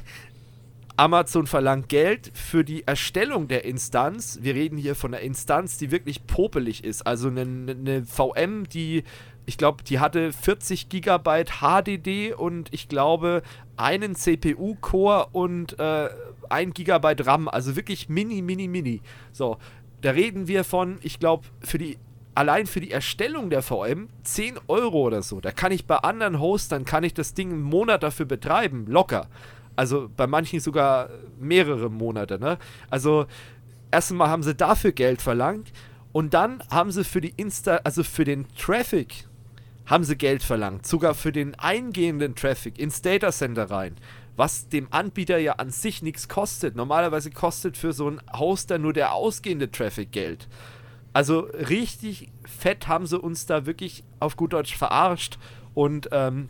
Amazon verlangt Geld für die Erstellung der Instanz. Wir reden hier von einer Instanz, die wirklich popelig ist. Also eine, eine V M, die, ich glaube, die hatte vierzig Gigabyte H D D und ich glaube einen C P U-Core und äh, ein Gigabyte RAM. Also wirklich mini, mini, mini. So, da reden wir von, ich glaube, für die allein für die Erstellung der V M zehn Euro oder so. Da kann ich bei anderen Hostern, kann ich das Ding einen Monat dafür betreiben, locker. Also bei manchen sogar mehrere Monate, ne? Also erstmal haben sie dafür Geld verlangt und dann haben sie für die Insta, also für den Traffic haben sie Geld verlangt. Sogar für den eingehenden Traffic ins Datacenter rein. Was dem Anbieter ja an sich nichts kostet. Normalerweise kostet für so einen Hoster nur der ausgehende Traffic Geld. Also richtig fett haben sie uns da wirklich auf gut Deutsch verarscht. Und ähm,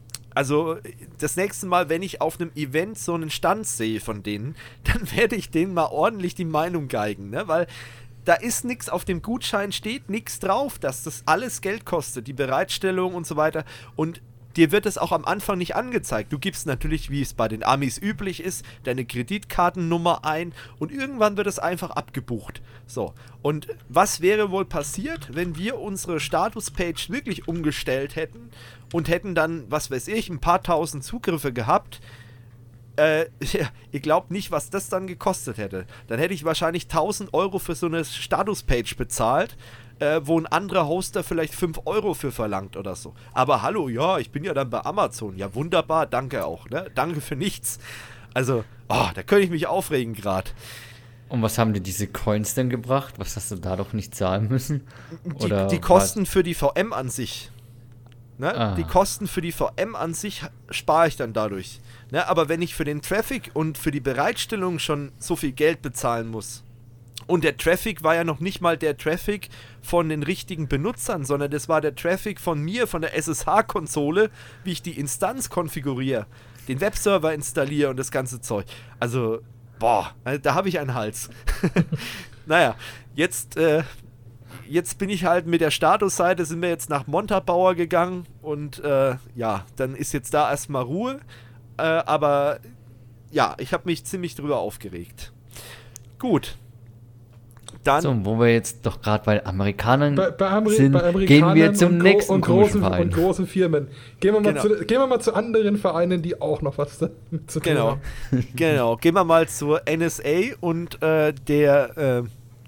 also das nächste Mal, wenn ich auf einem Event so einen Stand sehe von denen, dann werde ich denen mal ordentlich die Meinung geigen, ne? Weil da ist nichts, auf dem Gutschein steht nichts drauf, dass das alles Geld kostet, die Bereitstellung und so weiter. Und dir wird es auch am Anfang nicht angezeigt. Du gibst natürlich, wie es bei den Amis üblich ist, deine Kreditkartennummer ein und irgendwann wird es einfach abgebucht. So, und was wäre wohl passiert, wenn wir unsere Statuspage wirklich umgestellt hätten und hätten dann, was weiß ich, ein paar tausend Zugriffe gehabt? Äh, ja, ihr glaubt nicht, was das dann gekostet hätte. Dann hätte ich wahrscheinlich tausend Euro für so eine Statuspage bezahlt, Äh, wo ein anderer Hoster vielleicht fünf Euro für verlangt oder so. Aber hallo, ja, ich bin ja dann bei Amazon. Ja, wunderbar, danke auch, ne? Danke für nichts. Also, oh, da könnte ich mich aufregen gerade. Und was haben dir diese Coins denn gebracht? Was hast du da doch nicht zahlen müssen? Oder die, die Kosten für die V M an sich. Ne? Ah. Die Kosten für die V M an sich spare ich dann dadurch. Ne? Aber wenn ich für den Traffic und für die Bereitstellung schon so viel Geld bezahlen muss, und der Traffic war ja noch nicht mal der Traffic von den richtigen Benutzern, sondern das war der Traffic von mir, von der S S H-Konsole, wie ich die Instanz konfiguriere, den Webserver installiere und das ganze Zeug. Also, boah, da habe ich einen Hals. Naja, jetzt, äh, jetzt bin ich halt mit der Statusseite, sind wir jetzt nach Montabaur gegangen und äh, ja, dann ist jetzt da erstmal Ruhe. Äh, aber ja, ich habe mich ziemlich drüber aufgeregt. Gut. Dann so, wo wir jetzt doch gerade bei Amerikanern bei, bei Ameri- sind, bei Amerikanern gehen wir zum und nächsten und großen, Verein. und großen Firmen. Gehen wir, mal Genau. zu, gehen wir mal zu anderen Vereinen, die auch noch was damit zu tun Genau, haben. genau. Gehen wir mal zur N S A und äh, der, äh,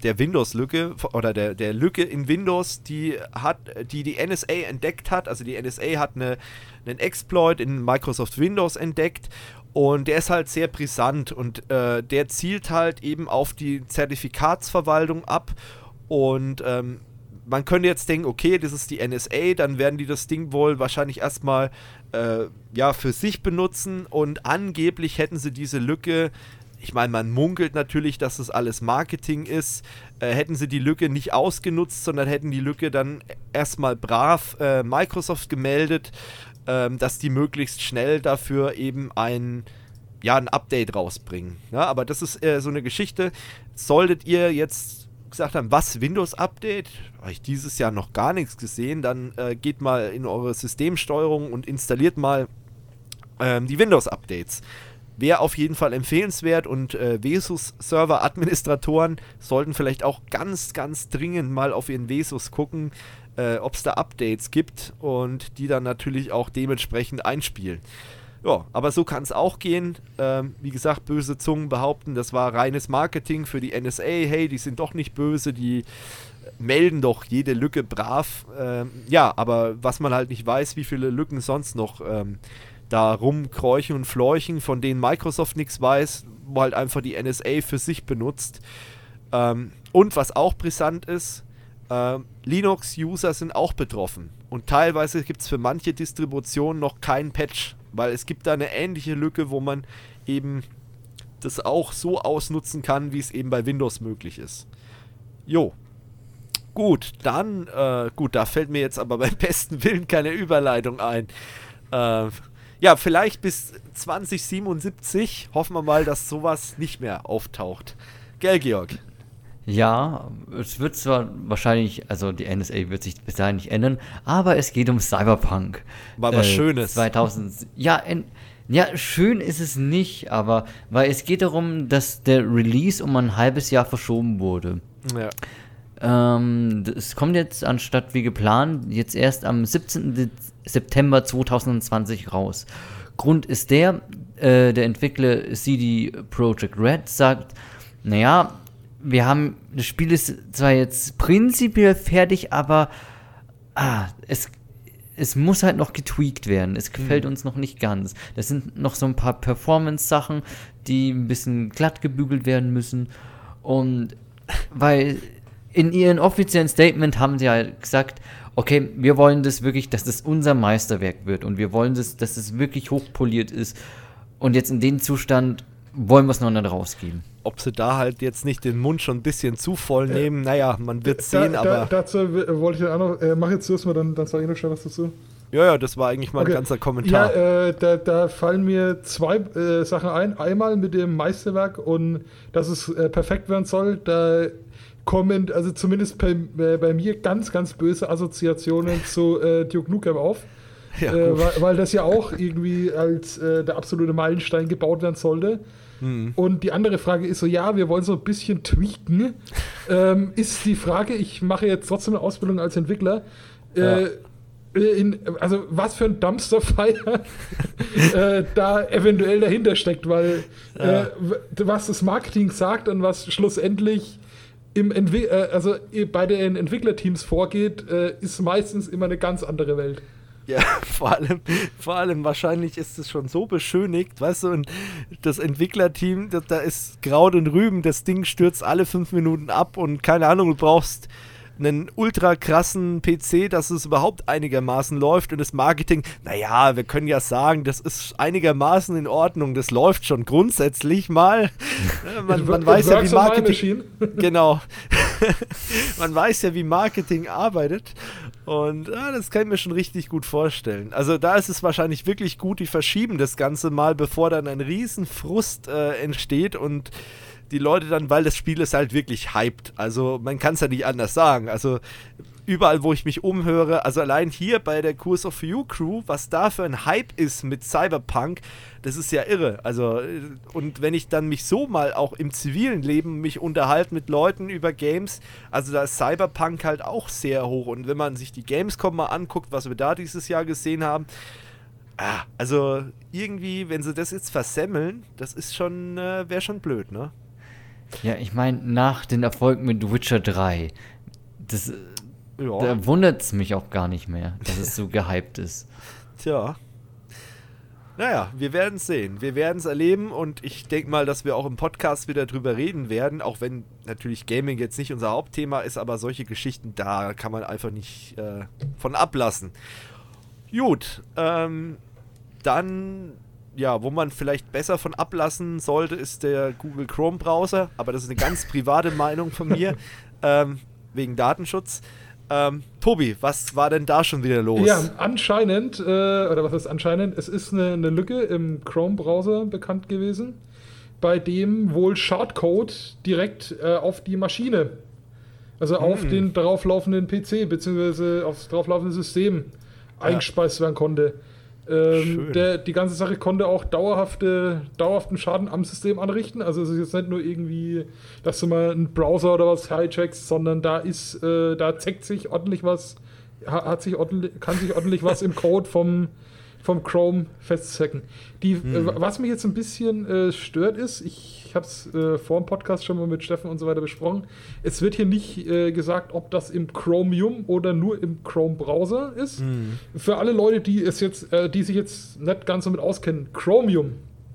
der Windows-Lücke oder der, der Lücke in Windows, die hat, die die N S A entdeckt hat. Also die N S A hat eine, einen Exploit in Microsoft Windows entdeckt und der ist halt sehr brisant und äh, der zielt halt eben auf die Zertifikatsverwaltung ab und ähm, man könnte jetzt denken, okay, das ist die N S A, dann werden die das Ding wohl wahrscheinlich erstmal äh, ja, für sich benutzen und angeblich hätten sie diese Lücke. Ich meine, man munkelt natürlich, dass das alles Marketing ist. Äh, hätten sie die Lücke nicht ausgenutzt, sondern hätten die Lücke dann erstmal brav äh, Microsoft gemeldet, ähm, dass die möglichst schnell dafür eben ein, ja, ein Update rausbringen. Ja, aber das ist äh, so eine Geschichte. Solltet ihr jetzt gesagt haben, was, Windows-Update? Habe ich dieses Jahr noch gar nichts gesehen, dann äh, geht mal in eure Systemsteuerung und installiert mal ähm, die Windows-Updates. Wäre auf jeden Fall empfehlenswert und äh, Vesus-Server-Administratoren sollten vielleicht auch ganz, ganz dringend mal auf ihren Vesus gucken, äh, ob es da Updates gibt und die dann natürlich auch dementsprechend einspielen. Ja, aber so kann es auch gehen. Ähm, wie gesagt, böse Zungen behaupten, das war reines Marketing für die N S A. Hey, die sind doch nicht böse, die melden doch jede Lücke brav. Ähm, ja, aber was man halt nicht weiß, wie viele Lücken sonst noch ähm, da rumkräuchen und fleuchen, von denen Microsoft nichts weiß, wo halt einfach die N S A für sich benutzt. Ähm, und was auch brisant ist, äh, Linux-User sind auch betroffen. Und teilweise gibt es für manche Distributionen noch keinen Patch, weil es gibt da eine ähnliche Lücke, wo man eben das auch so ausnutzen kann, wie es eben bei Windows möglich ist. Jo. Gut, dann, äh, gut, da fällt mir jetzt aber beim besten Willen keine Überleitung ein. Äh, Ja, vielleicht bis zwanzig siebenundsiebzig hoffen wir mal, dass sowas nicht mehr auftaucht. Gell, Georg? Ja, es wird zwar wahrscheinlich, also die N S A wird sich bis dahin nicht ändern, aber es geht um Cyberpunk. Mal was äh, Schönes. zweitausend, ja, in, ja, schön ist es nicht, aber weil es geht darum, dass der Release um ein halbes Jahr verschoben wurde. Ja. Ähm, es kommt jetzt anstatt wie geplant jetzt erst am siebzehnten September zweitausendzwanzig raus. Grund ist der, äh, der Entwickler C D Projekt Red sagt, naja, wir haben, das Spiel ist zwar jetzt prinzipiell fertig, aber ah, es, es muss halt noch getweakt werden. Es gefällt mhm. uns noch nicht ganz. Das sind noch so ein paar Performance-Sachen, die ein bisschen glatt gebügelt werden müssen. Und weil in ihrem offiziellen Statement haben sie halt gesagt, okay, wir wollen das wirklich, dass das unser Meisterwerk wird und wir wollen das, dass das wirklich hochpoliert ist und jetzt in dem Zustand wollen wir es noch nicht rausgeben. Ob sie da halt jetzt nicht den Mund schon ein bisschen zu voll nehmen, äh, naja, man wird sehen, da, aber... Da, dazu wollte ich dann auch noch, äh, mach jetzt zuerst mal, dann, dann sage ich noch schnell was dazu. Ja, ja, das war eigentlich mal okay. Ein ganzer Kommentar. Ja, äh, da, da fallen mir zwei äh, Sachen ein. Einmal mit dem Meisterwerk und dass es äh, perfekt werden soll, da kommen, also zumindest bei, äh, bei mir, ganz, ganz böse Assoziationen zu äh, Duke Nukem auf. Ja, äh, weil, weil das ja auch irgendwie als äh, der absolute Meilenstein gebaut werden sollte. Mhm. Und die andere Frage ist so, ja, wir wollen so ein bisschen tweaken. ähm, ist die Frage, ich mache jetzt trotzdem eine Ausbildung als Entwickler, äh, ja. in, also was für ein Dumpster-Fire äh, da eventuell dahinter steckt, weil ja. äh, was das Marketing sagt und was schlussendlich im Entwi- äh, also bei den Entwicklerteams vorgeht, äh, ist meistens immer eine ganz andere Welt. Ja, vor allem, vor allem wahrscheinlich ist es schon so beschönigt, weißt du, und das Entwicklerteam, das, da ist Kraut und Rüben, das Ding stürzt alle fünf Minuten ab und keine Ahnung, du brauchst einen ultra krassen P C, dass es überhaupt einigermaßen läuft und das Marketing, naja, wir können ja sagen, das ist einigermaßen in Ordnung, das läuft schon grundsätzlich mal. Man, man weiß ja, wie Marketing... Genau. Man weiß ja, wie Marketing arbeitet und ja, das kann ich mir schon richtig gut vorstellen. Also da ist es wahrscheinlich wirklich gut, die verschieben das Ganze mal, bevor dann ein Riesenfrust äh, entsteht und die Leute dann, weil das Spiel ist halt wirklich hyped. Also man kann es ja nicht anders sagen. Also überall, wo ich mich umhöre, also allein hier bei der Curse of You Crew, was da für ein Hype ist mit Cyberpunk, das ist ja irre. Also und wenn ich dann mich so mal auch im zivilen Leben mich unterhalte mit Leuten über Games, also da ist Cyberpunk halt auch sehr hoch. Und wenn man sich die Gamescom mal anguckt, was wir da dieses Jahr gesehen haben, ah, also irgendwie, wenn sie das jetzt versemmeln, das ist schon, äh, wäre schon blöd, ne? Ja, ich meine, nach den Erfolgen mit Witcher drei, das, Ja. da wundert es mich auch gar nicht mehr, dass es so gehypt ist. Tja. Naja, wir werden es sehen. Wir werden es erleben und ich denke mal, dass wir auch im Podcast wieder drüber reden werden, auch wenn natürlich Gaming jetzt nicht unser Hauptthema ist, aber solche Geschichten, da kann man einfach nicht äh, von ablassen. Gut, ähm, dann, ja, wo man vielleicht besser von ablassen sollte, ist der Google Chrome Browser, aber das ist eine ganz private Meinung von mir, ähm, wegen Datenschutz. Ähm, Tobi, was war denn da schon wieder los? Ja, anscheinend, äh, oder was heißt anscheinend, es ist eine, eine Lücke im Chrome-Browser bekannt gewesen, bei dem wohl Schadcode direkt äh, auf die Maschine, also hm. auf den darauflaufenden P C, beziehungsweise aufs darauflaufende System ja. eingespeist werden konnte. Ähm, der, die ganze Sache konnte auch dauerhafte, dauerhaften Schaden am System anrichten. Also es ist jetzt nicht nur irgendwie, dass du mal einen Browser oder was hijackst, sondern da ist, äh, da zeckt sich ordentlich was, hat sich ordentlich, kann sich ordentlich was im Code vom, vom Chrome festzecken. Die, hm. äh, was mich jetzt ein bisschen äh, stört ist, ich habe es äh, vor dem Podcast schon mal mit Steffen und so weiter besprochen, es wird hier nicht äh, gesagt, ob das im Chromium oder nur im Chrome-Browser ist. Hm. Für alle Leute, die es jetzt, äh, die sich jetzt nicht ganz damit auskennen, Chromium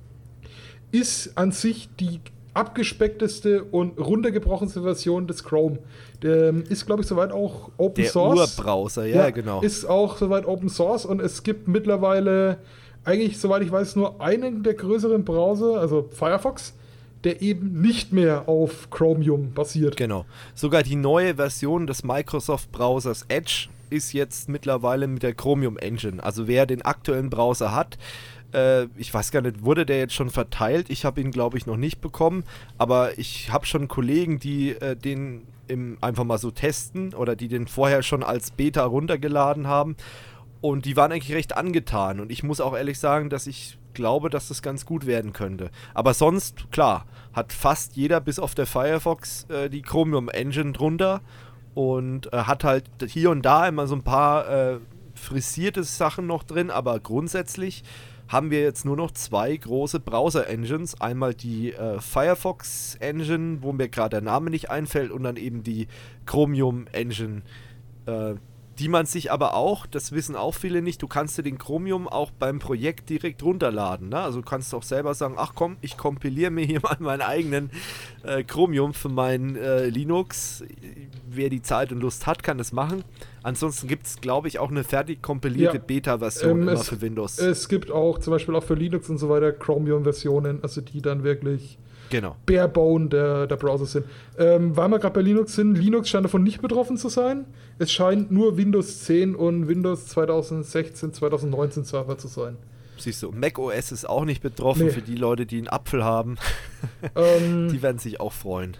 ist an sich die abgespeckteste und runtergebrochenste Version des Chrome. Der ist, glaube ich, soweit auch Open der Source. Der Urbrowser, ja, ja, genau. Ist auch soweit Open Source und es gibt mittlerweile eigentlich, soweit ich weiß, nur einen der größeren Browser, also Firefox, der eben nicht mehr auf Chromium basiert. Genau. Sogar die neue Version des Microsoft-Browsers Edge ist jetzt mittlerweile mit der Chromium Engine. Also wer den aktuellen Browser hat, äh, ich weiß gar nicht, wurde der jetzt schon verteilt? Ich habe ihn, glaube ich, noch nicht bekommen. Aber ich habe schon Kollegen, die äh, den im, einfach mal so testen oder die den vorher schon als Beta runtergeladen haben. Und die waren eigentlich recht angetan. Und ich muss auch ehrlich sagen, dass ich glaube, dass das ganz gut werden könnte. Aber sonst, klar, hat fast jeder bis auf der Firefox äh, die Chromium Engine drunter und äh, hat halt hier und da immer so ein paar äh, frisierte Sachen noch drin, aber grundsätzlich haben wir jetzt nur noch zwei große Browser-Engines. Einmal die äh, Firefox Engine, wo mir gerade der Name nicht einfällt, und dann eben die Chromium Engine, äh, die man sich aber auch, das wissen auch viele nicht, du kannst dir den Chromium auch beim Projekt direkt runterladen. Ne? Also du kannst auch selber sagen, ach komm, ich kompiliere mir hier mal meinen eigenen äh, Chromium für mein äh, Linux. Wer die Zeit und Lust hat, kann das machen. Ansonsten gibt es, glaube ich, auch eine fertig kompilierte ja, Beta-Version ähm, immer es, für Windows. Es gibt auch zum Beispiel auch für Linux und so weiter Chromium-Versionen, also die dann wirklich genau. Barebone der, der Browser sind. Ähm, weil wir gerade bei Linux sind, Linux scheint davon nicht betroffen zu sein. Es scheint nur Windows zehn und Windows zwanzig sechzehn, zwanzig neunzehn Server zu sein. Siehst du, macOS ist auch nicht betroffen, nee. Für die Leute, die einen Apfel haben. Ähm, die werden sich auch freuen.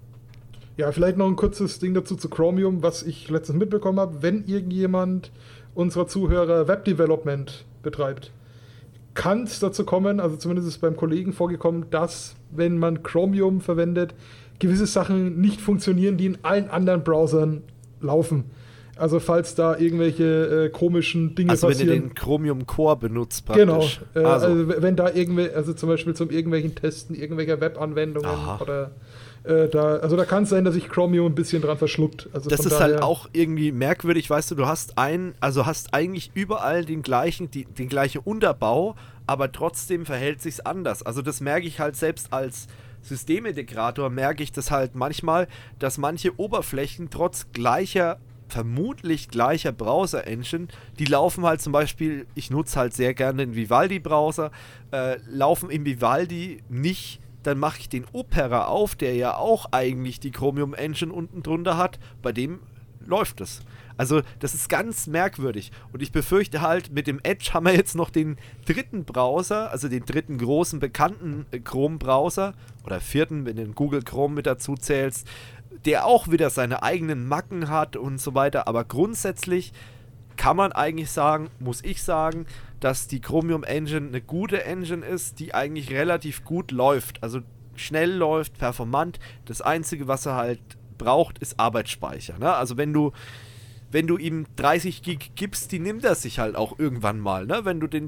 Ja, vielleicht noch ein kurzes Ding dazu zu Chromium, was ich letztens mitbekommen habe. Wenn irgendjemand unserer Zuhörer Webdevelopment betreibt, kann es dazu kommen, also zumindest ist es beim Kollegen vorgekommen, dass, wenn man Chromium verwendet, gewisse Sachen nicht funktionieren, die in allen anderen Browsern laufen. Also falls da irgendwelche äh, komischen Dinge also passieren. Also wenn du den Chromium Core benutzt praktisch. Genau, äh, also. also wenn da irgendwelche, also zum Beispiel zum irgendwelchen Testen irgendwelcher Webanwendungen Aha. oder äh, da, also da kann es sein, dass sich Chromium ein bisschen dran verschluckt. Also das ist halt auch irgendwie merkwürdig, weißt du, du hast ein, also hast eigentlich überall den gleichen, die, den gleichen Unterbau, aber trotzdem verhält sich's anders. Also das merke ich halt selbst als Systemintegrator, merke ich das halt manchmal, dass manche Oberflächen trotz gleicher vermutlich gleicher Browser-Engine, die laufen halt zum Beispiel, ich nutze halt sehr gerne den Vivaldi-Browser, äh, laufen im Vivaldi nicht, dann mache ich den Opera auf, der ja auch eigentlich die Chromium-Engine unten drunter hat, bei dem läuft es. Also das ist ganz merkwürdig und ich befürchte halt, mit dem Edge haben wir jetzt noch den dritten Browser, also den dritten großen bekannten äh, Chrome-Browser oder vierten, wenn du den Google Chrome mit dazu zählst, der auch wieder seine eigenen Macken hat und so weiter, aber grundsätzlich kann man eigentlich sagen, muss ich sagen, dass die Chromium Engine eine gute Engine ist, die eigentlich relativ gut läuft, also schnell läuft, performant. Das Einzige, was er halt braucht, ist Arbeitsspeicher. Ne? Also wenn du wenn du ihm dreißig Gig gibst, die nimmt er sich halt auch irgendwann mal. Ne? Wenn du den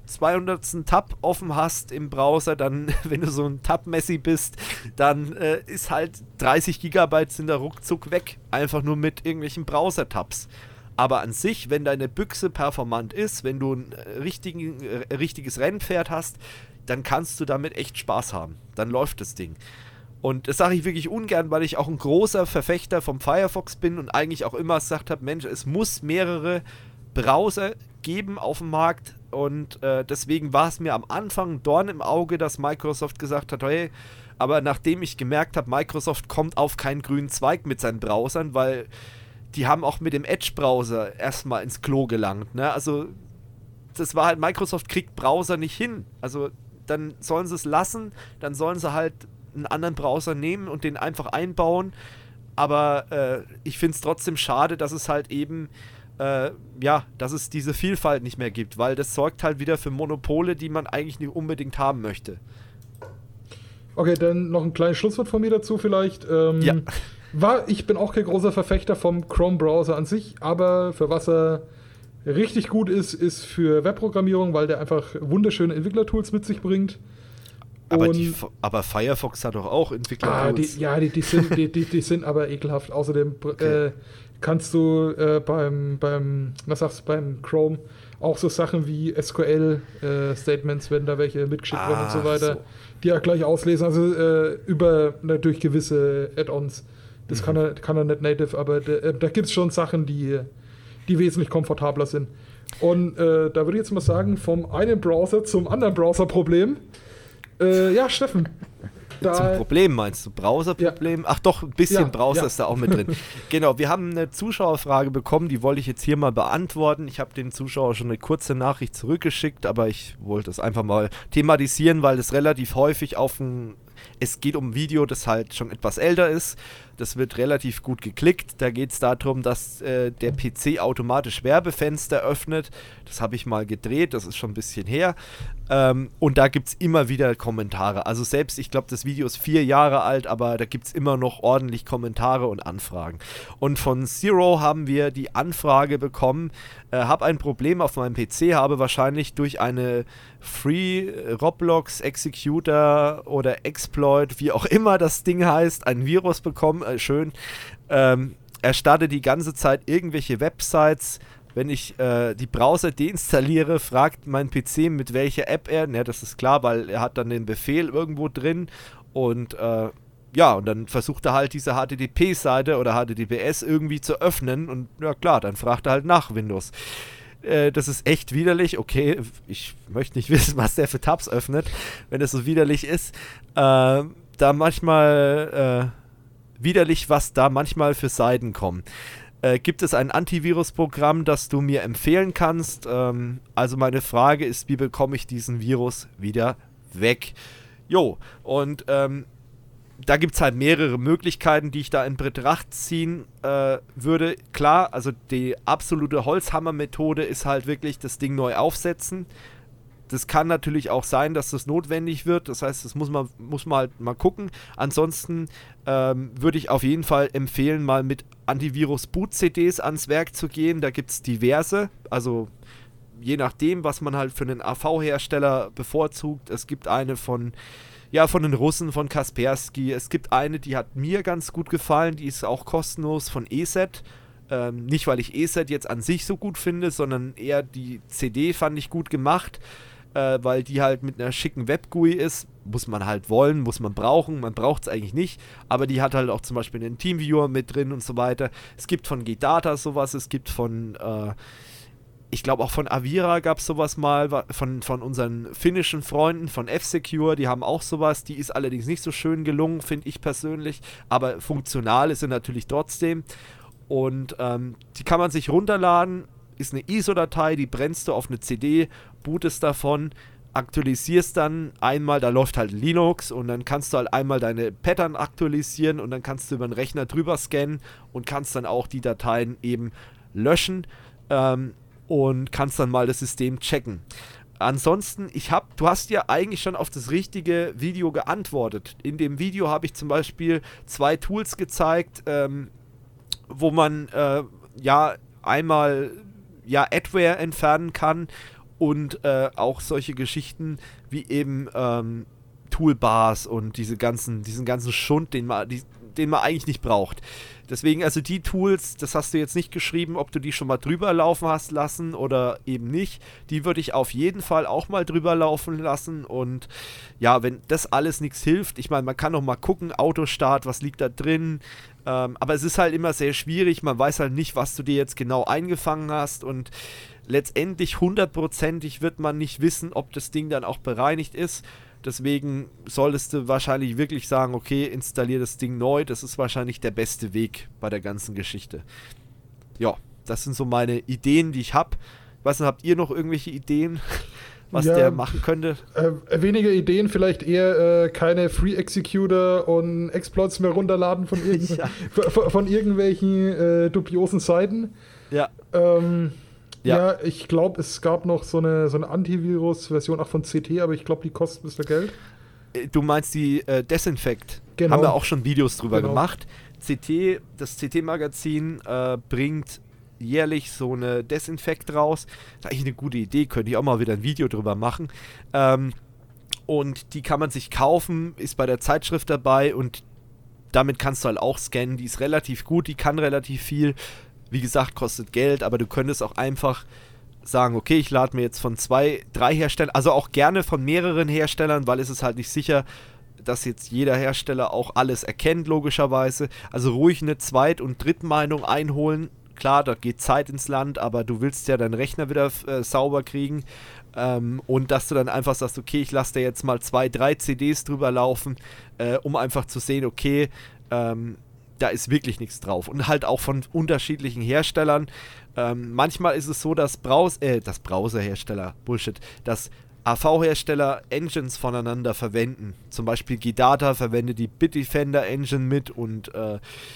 zweihundertsten Tab offen hast im Browser, dann, wenn du so ein Tab-Messi bist, dann äh, ist halt dreißig Gigabyte sind da ruckzuck weg. Einfach nur mit irgendwelchen Browser-Tabs. Aber an sich, wenn deine Büchse performant ist, wenn du ein äh, richtigen, äh, richtiges Rennpferd hast, dann kannst du damit echt Spaß haben. Dann läuft das Ding. Und das sage ich wirklich ungern, weil ich auch ein großer Verfechter vom Firefox bin und eigentlich auch immer gesagt habe, Mensch, es muss mehrere Browser geben auf dem Markt. Und äh, deswegen war es mir am Anfang ein Dorn im Auge, dass Microsoft gesagt hat, hey, aber nachdem ich gemerkt habe, Microsoft kommt auf keinen grünen Zweig mit seinen Browsern, weil die haben auch mit dem Edge-Browser erstmal ins Klo gelangt, ne? Also das war halt, Microsoft kriegt Browser nicht hin. Also dann sollen sie es lassen, dann sollen sie halt einen anderen Browser nehmen und den einfach einbauen. Aber äh, ich finde es trotzdem schade, dass es halt eben, äh, ja, dass es diese Vielfalt nicht mehr gibt, weil das sorgt halt wieder für Monopole, die man eigentlich nicht unbedingt haben möchte. Okay, dann noch ein kleines Schlusswort von mir dazu vielleicht. Ähm, ja. War, ich bin auch kein großer Verfechter vom Chrome-Browser an sich, aber für was er richtig gut ist, ist für Webprogrammierung, weil der einfach wunderschöne Entwicklertools mit sich bringt. Aber, die, aber Firefox hat doch auch Entwicklertools. Ah, die, ja, die, die, sind, die, die, die sind aber ekelhaft. Außerdem okay. äh, kannst du äh, beim, beim, was sagst du, beim Chrome auch so Sachen wie S Q L-Statements, äh, wenn da welche mitgeschickt werden und so weiter, so. die auch gleich auslesen. Also äh, über natürlich gewisse Add-ons. Das mhm. kann, er, kann er nicht native, aber de, äh, da gibt es schon Sachen, die, die wesentlich komfortabler sind. Und äh, da würde ich jetzt mal sagen, vom einen Browser zum anderen Browser-Problem. Äh, ja, Steffen. Da Zum Problem meinst du? Browser-Problem? Ja. Ach doch, ein bisschen ja, Browser ja. ist da auch mit drin. Genau, wir haben eine Zuschauerfrage bekommen, die wollte ich jetzt hier mal beantworten. Ich habe dem Zuschauer schon eine kurze Nachricht zurückgeschickt, aber ich wollte es einfach mal thematisieren, weil es relativ häufig auf ein... Es geht um ein Video, das halt schon etwas älter ist. Das wird relativ gut geklickt. Da geht es darum, dass äh, der P C automatisch Werbefenster öffnet. Das habe ich mal gedreht, das ist schon ein bisschen her. Ähm, und da gibt es immer wieder Kommentare. Also selbst, ich glaube, das Video ist vier Jahre alt, aber da gibt es immer noch ordentlich Kommentare und Anfragen. Und von Zero haben wir die Anfrage bekommen, äh, habe ein Problem auf meinem P C, habe wahrscheinlich durch eine Free Roblox Executor oder Exploit, wie auch immer das Ding heißt, ein Virus bekommen. Äh, schön. Ähm, er startet die ganze Zeit irgendwelche Websites. Wenn ich äh, die Browser deinstalliere, fragt mein P C, mit welcher App er, ne, das ist klar, weil er hat dann den Befehl irgendwo drin und äh, ja, und dann versucht er halt diese H T T P-Seite oder H T T P S irgendwie zu öffnen und ja klar, dann fragt er halt nach Windows. Äh, das ist echt widerlich, okay, ich möchte nicht wissen, was der für Tabs öffnet, wenn es so widerlich ist. Äh, da manchmal äh, widerlich, was da manchmal für Seiten kommen. Äh, gibt es ein Antivirusprogramm, das du mir empfehlen kannst? Ähm, also meine Frage ist, wie bekomme ich diesen Virus wieder weg? Jo, und ähm, da gibt es halt mehrere Möglichkeiten, die ich da in Betracht ziehen äh, würde. Klar, also die absolute Holzhammer-Methode ist halt wirklich das Ding neu aufsetzen. Das kann natürlich auch sein, dass das notwendig wird. Das heißt, das muss man, muss man halt mal gucken. Ansonsten ähm, würde ich auf jeden Fall empfehlen, mal mit Antivirus-Boot-C Ds ans Werk zu gehen. Da gibt es diverse. Also je nachdem, was man halt für einen A V-Hersteller bevorzugt. Es gibt eine von, ja, von den Russen, von Kaspersky. Es gibt eine, die hat mir ganz gut gefallen. Die ist auch kostenlos, von E S E T. Ähm, nicht, weil ich E S E T jetzt an sich so gut finde, sondern eher die C D fand ich gut gemacht. Äh, weil die halt mit einer schicken Web-G U I ist, muss man halt wollen, muss man brauchen, man braucht es eigentlich nicht, aber die hat halt auch zum Beispiel einen Teamviewer mit drin und so weiter. Es gibt von G-Data sowas, es gibt von, äh, ich glaube auch von Avira gab es sowas mal, von, von unseren finnischen Freunden, von F-Secure, die haben auch sowas, die ist allerdings nicht so schön gelungen, finde ich persönlich, aber funktional ist sie natürlich trotzdem und ähm, die kann man sich runterladen, ist eine I S O-Datei, die brennst du auf eine C D, bootest davon, aktualisierst dann einmal, da läuft halt Linux und dann kannst du halt einmal deine Pattern aktualisieren und dann kannst du über den Rechner drüber scannen und kannst dann auch die Dateien eben löschen ähm, und kannst dann mal das System checken. Ansonsten, ich hab, du hast ja eigentlich schon auf das richtige Video geantwortet. In dem Video habe ich zum Beispiel zwei Tools gezeigt, ähm, wo man äh, ja einmal ja, Adware entfernen kann und äh, auch solche Geschichten wie eben ähm, Toolbars und diese ganzen, diesen ganzen Schund, den man, die, den man eigentlich nicht braucht. Deswegen, also die Tools, das hast du jetzt nicht geschrieben, ob du die schon mal drüber laufen hast lassen oder eben nicht. Die würde ich auf jeden Fall auch mal drüber laufen lassen. Und ja, wenn das alles nichts hilft, ich meine, man kann noch mal gucken, Autostart, was liegt da drin. Ähm, aber es ist halt immer sehr schwierig, man weiß halt nicht, was du dir jetzt genau eingefangen hast. Und letztendlich hundertprozentig wird man nicht wissen, ob das Ding dann auch bereinigt ist. Deswegen solltest du wahrscheinlich wirklich sagen, okay, installier das Ding neu. Das ist wahrscheinlich der beste Weg bei der ganzen Geschichte. Ja, das sind so meine Ideen, die ich habe. Ich weiß nicht, habt ihr noch irgendwelche Ideen, was ja, der machen könnte? Äh, weniger Ideen, vielleicht eher äh, keine Free Executor und Exploits mehr runterladen von, irgend ja. von, von irgendwelchen äh, dubiosen Seiten. Ja. Ähm, Ja. ja, ich glaube, es gab noch so eine, so eine Antivirus-Version auch von C T, aber ich glaube, die kostet ein bisschen Geld. Du meinst die äh, Desinfect? Genau. Haben wir auch schon Videos drüber Genau. gemacht. C T, das C T-Magazin äh, bringt jährlich so eine Desinfect raus. Das ist eigentlich eine gute Idee, könnte ich auch mal wieder ein Video drüber machen. Ähm, und die kann man sich kaufen, ist bei der Zeitschrift dabei und damit kannst du halt auch scannen. Die ist relativ gut, die kann relativ viel. Wie gesagt, kostet Geld, aber du könntest auch einfach sagen, okay, ich lade mir jetzt von zwei, drei Herstellern, also auch gerne von mehreren Herstellern, weil es ist halt nicht sicher, dass jetzt jeder Hersteller auch alles erkennt, logischerweise. Also ruhig eine Zweit- und Drittmeinung einholen. Klar, da geht Zeit ins Land, aber du willst ja deinen Rechner wieder äh, sauber kriegen. Ähm, und dass du dann einfach sagst, okay, ich lasse da jetzt mal zwei, drei C Ds drüber laufen, äh, um einfach zu sehen, okay, ähm, da ist wirklich nichts drauf. Und halt auch von unterschiedlichen Herstellern. Ähm, manchmal ist es so, dass Braus äh, das Browserhersteller, Bullshit, dass A V-Hersteller Engines voneinander verwenden. Zum Beispiel G-Data verwendet die Bitdefender Engine mit und äh,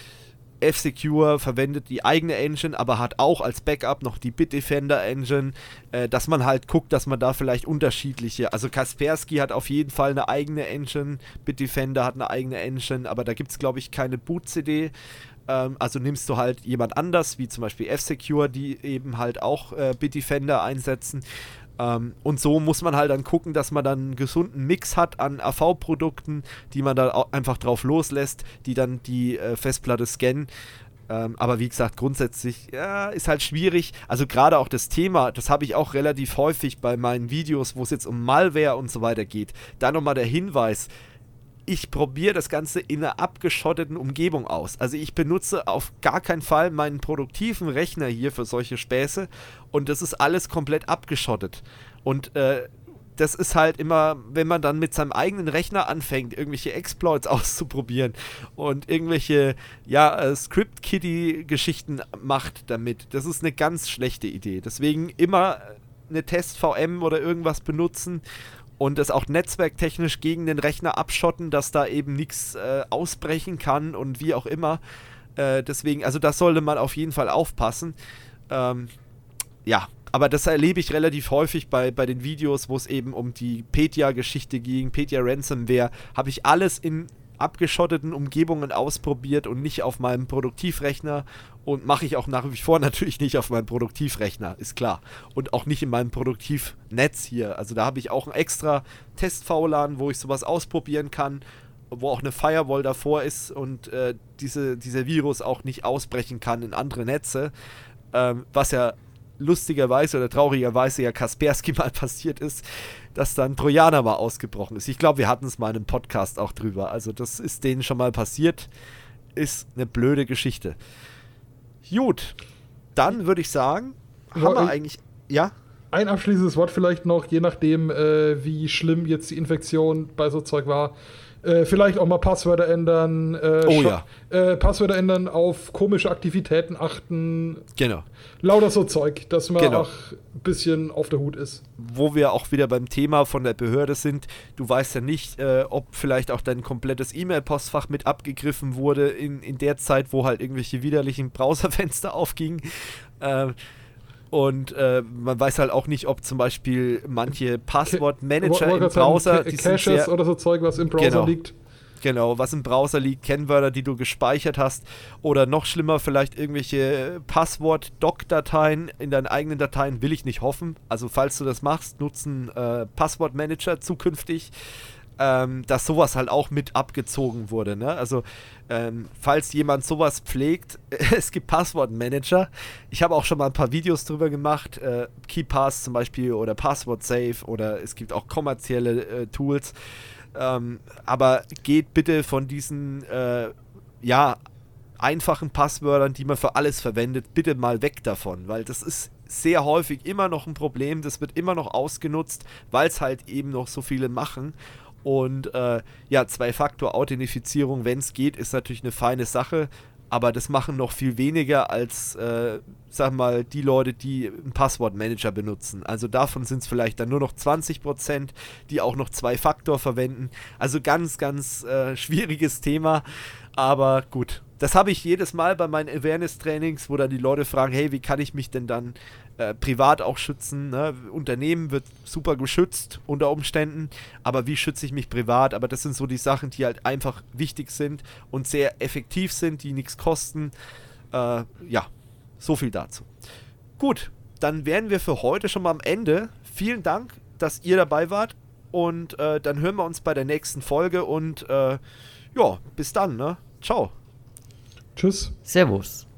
F-Secure verwendet die eigene Engine, aber hat auch als Backup noch die Bitdefender Engine, äh, dass man halt guckt, dass man da vielleicht unterschiedliche, also Kaspersky hat auf jeden Fall eine eigene Engine, Bitdefender hat eine eigene Engine, aber da gibt es, glaube ich, keine Boot-C D, ähm, also nimmst du halt jemand anders, wie zum Beispiel F-Secure, die eben halt auch äh, Bitdefender einsetzen. Um, und so muss man halt dann gucken, dass man dann einen gesunden Mix hat an A V-Produkten, die man da auch einfach drauf loslässt, die dann die äh, Festplatte scannen. Um, aber wie gesagt, grundsätzlich ja, ist halt schwierig. Also gerade auch das Thema, das habe ich auch relativ häufig bei meinen Videos, wo es jetzt um Malware und so weiter geht. Da nochmal der Hinweis. Ich probiere das Ganze in einer abgeschotteten Umgebung aus. Also ich benutze auf gar keinen Fall meinen produktiven Rechner hier für solche Späße und das ist alles komplett abgeschottet. Und äh, das ist halt immer, wenn man dann mit seinem eigenen Rechner anfängt, irgendwelche Exploits auszuprobieren und irgendwelche, ja, äh, Script-Kiddie-Geschichten macht damit, das ist eine ganz schlechte Idee. Deswegen immer eine Test-V M oder irgendwas benutzen und das auch netzwerktechnisch gegen den Rechner abschotten, dass da eben nichts äh, ausbrechen kann und wie auch immer. Äh, deswegen, also das sollte man auf jeden Fall aufpassen. Ähm, ja, aber das erlebe ich relativ häufig bei, bei den Videos, wo es eben um die Petya-Geschichte ging, Petya Ransomware, habe ich alles in abgeschotteten Umgebungen ausprobiert und nicht auf meinem Produktivrechner und mache ich auch nach wie vor natürlich nicht auf meinem Produktivrechner, ist klar. Und auch nicht in meinem Produktivnetz hier. Also da habe ich auch ein extra Test-V LAN, wo ich sowas ausprobieren kann, wo auch eine Firewall davor ist und äh, diese, dieser Virus auch nicht ausbrechen kann in andere Netze, ähm, was ja lustigerweise oder traurigerweise ja Kaspersky mal passiert ist, dass dann Trojaner mal ausgebrochen ist. Ich glaube, wir hatten es mal in einem Podcast auch drüber. Also das ist denen schon mal passiert. Ist eine blöde Geschichte. Gut, dann würde ich sagen, haben Ja, wir ich- eigentlich... Ja? Ein abschließendes Wort vielleicht noch, je nachdem, äh, wie schlimm jetzt die Infektion bei so Zeug war. Äh, vielleicht auch mal Passwörter ändern. Äh, Oh Scha- ja. Äh, Passwörter ändern, auf komische Aktivitäten achten. Genau. Lauter so Zeug, dass man Genau. auch ein bisschen auf der Hut ist. Wo wir auch wieder beim Thema von der Behörde sind, du weißt ja nicht, äh, ob vielleicht auch dein komplettes E-Mail-Postfach mit abgegriffen wurde in, in der Zeit, wo halt irgendwelche widerlichen Browserfenster aufgingen. Äh, und äh, man weiß halt auch nicht, ob zum Beispiel manche Passwortmanager Wollte im gerade sagen, Browser, Ca- die sind Caches sehr, oder so Zeug, was im Browser Genau. liegt. Genau, was im Browser liegt, Kennwörter, die du gespeichert hast oder noch schlimmer, vielleicht irgendwelche Passwort-Doc-Dateien in deinen eigenen Dateien, will ich nicht hoffen. Also falls du das machst, nutzen äh, Passwortmanager zukünftig, ähm, dass sowas halt auch mit abgezogen wurde. Ne? Also ähm, falls jemand sowas pflegt, es gibt Passwortmanager. Ich habe auch schon mal ein paar Videos drüber gemacht, äh, KeePass zum Beispiel oder PasswordSafe oder es gibt auch kommerzielle äh, Tools. Ähm, aber geht bitte von diesen äh, ja, einfachen Passwörtern, die man für alles verwendet, bitte mal weg davon, weil das ist sehr häufig immer noch ein Problem, das wird immer noch ausgenutzt, weil es halt eben noch so viele machen. Und äh, ja, Zwei-Faktor-Authentifizierung, wenn es geht, ist natürlich eine feine Sache, aber das machen noch viel weniger als, äh, sag mal, die Leute, die einen Passwortmanager benutzen. Also davon sind es vielleicht dann nur noch zwanzig Prozent, die auch noch Zwei-Faktor verwenden. Also ganz, ganz äh, schwieriges Thema, aber gut. Das habe ich jedes Mal bei meinen Awareness-Trainings, wo dann die Leute fragen, hey, wie kann ich mich denn dann äh, privat auch schützen? Ne? Unternehmen wird super geschützt unter Umständen, aber wie schütze ich mich privat? Aber das sind so die Sachen, die halt einfach wichtig sind und sehr effektiv sind, die nichts kosten. Äh, ja, so viel dazu. Gut, dann wären wir für heute schon mal am Ende. Vielen Dank, dass ihr dabei wart und äh, dann hören wir uns bei der nächsten Folge und äh, ja, bis dann, ne? Ciao. Tschüss. Servus.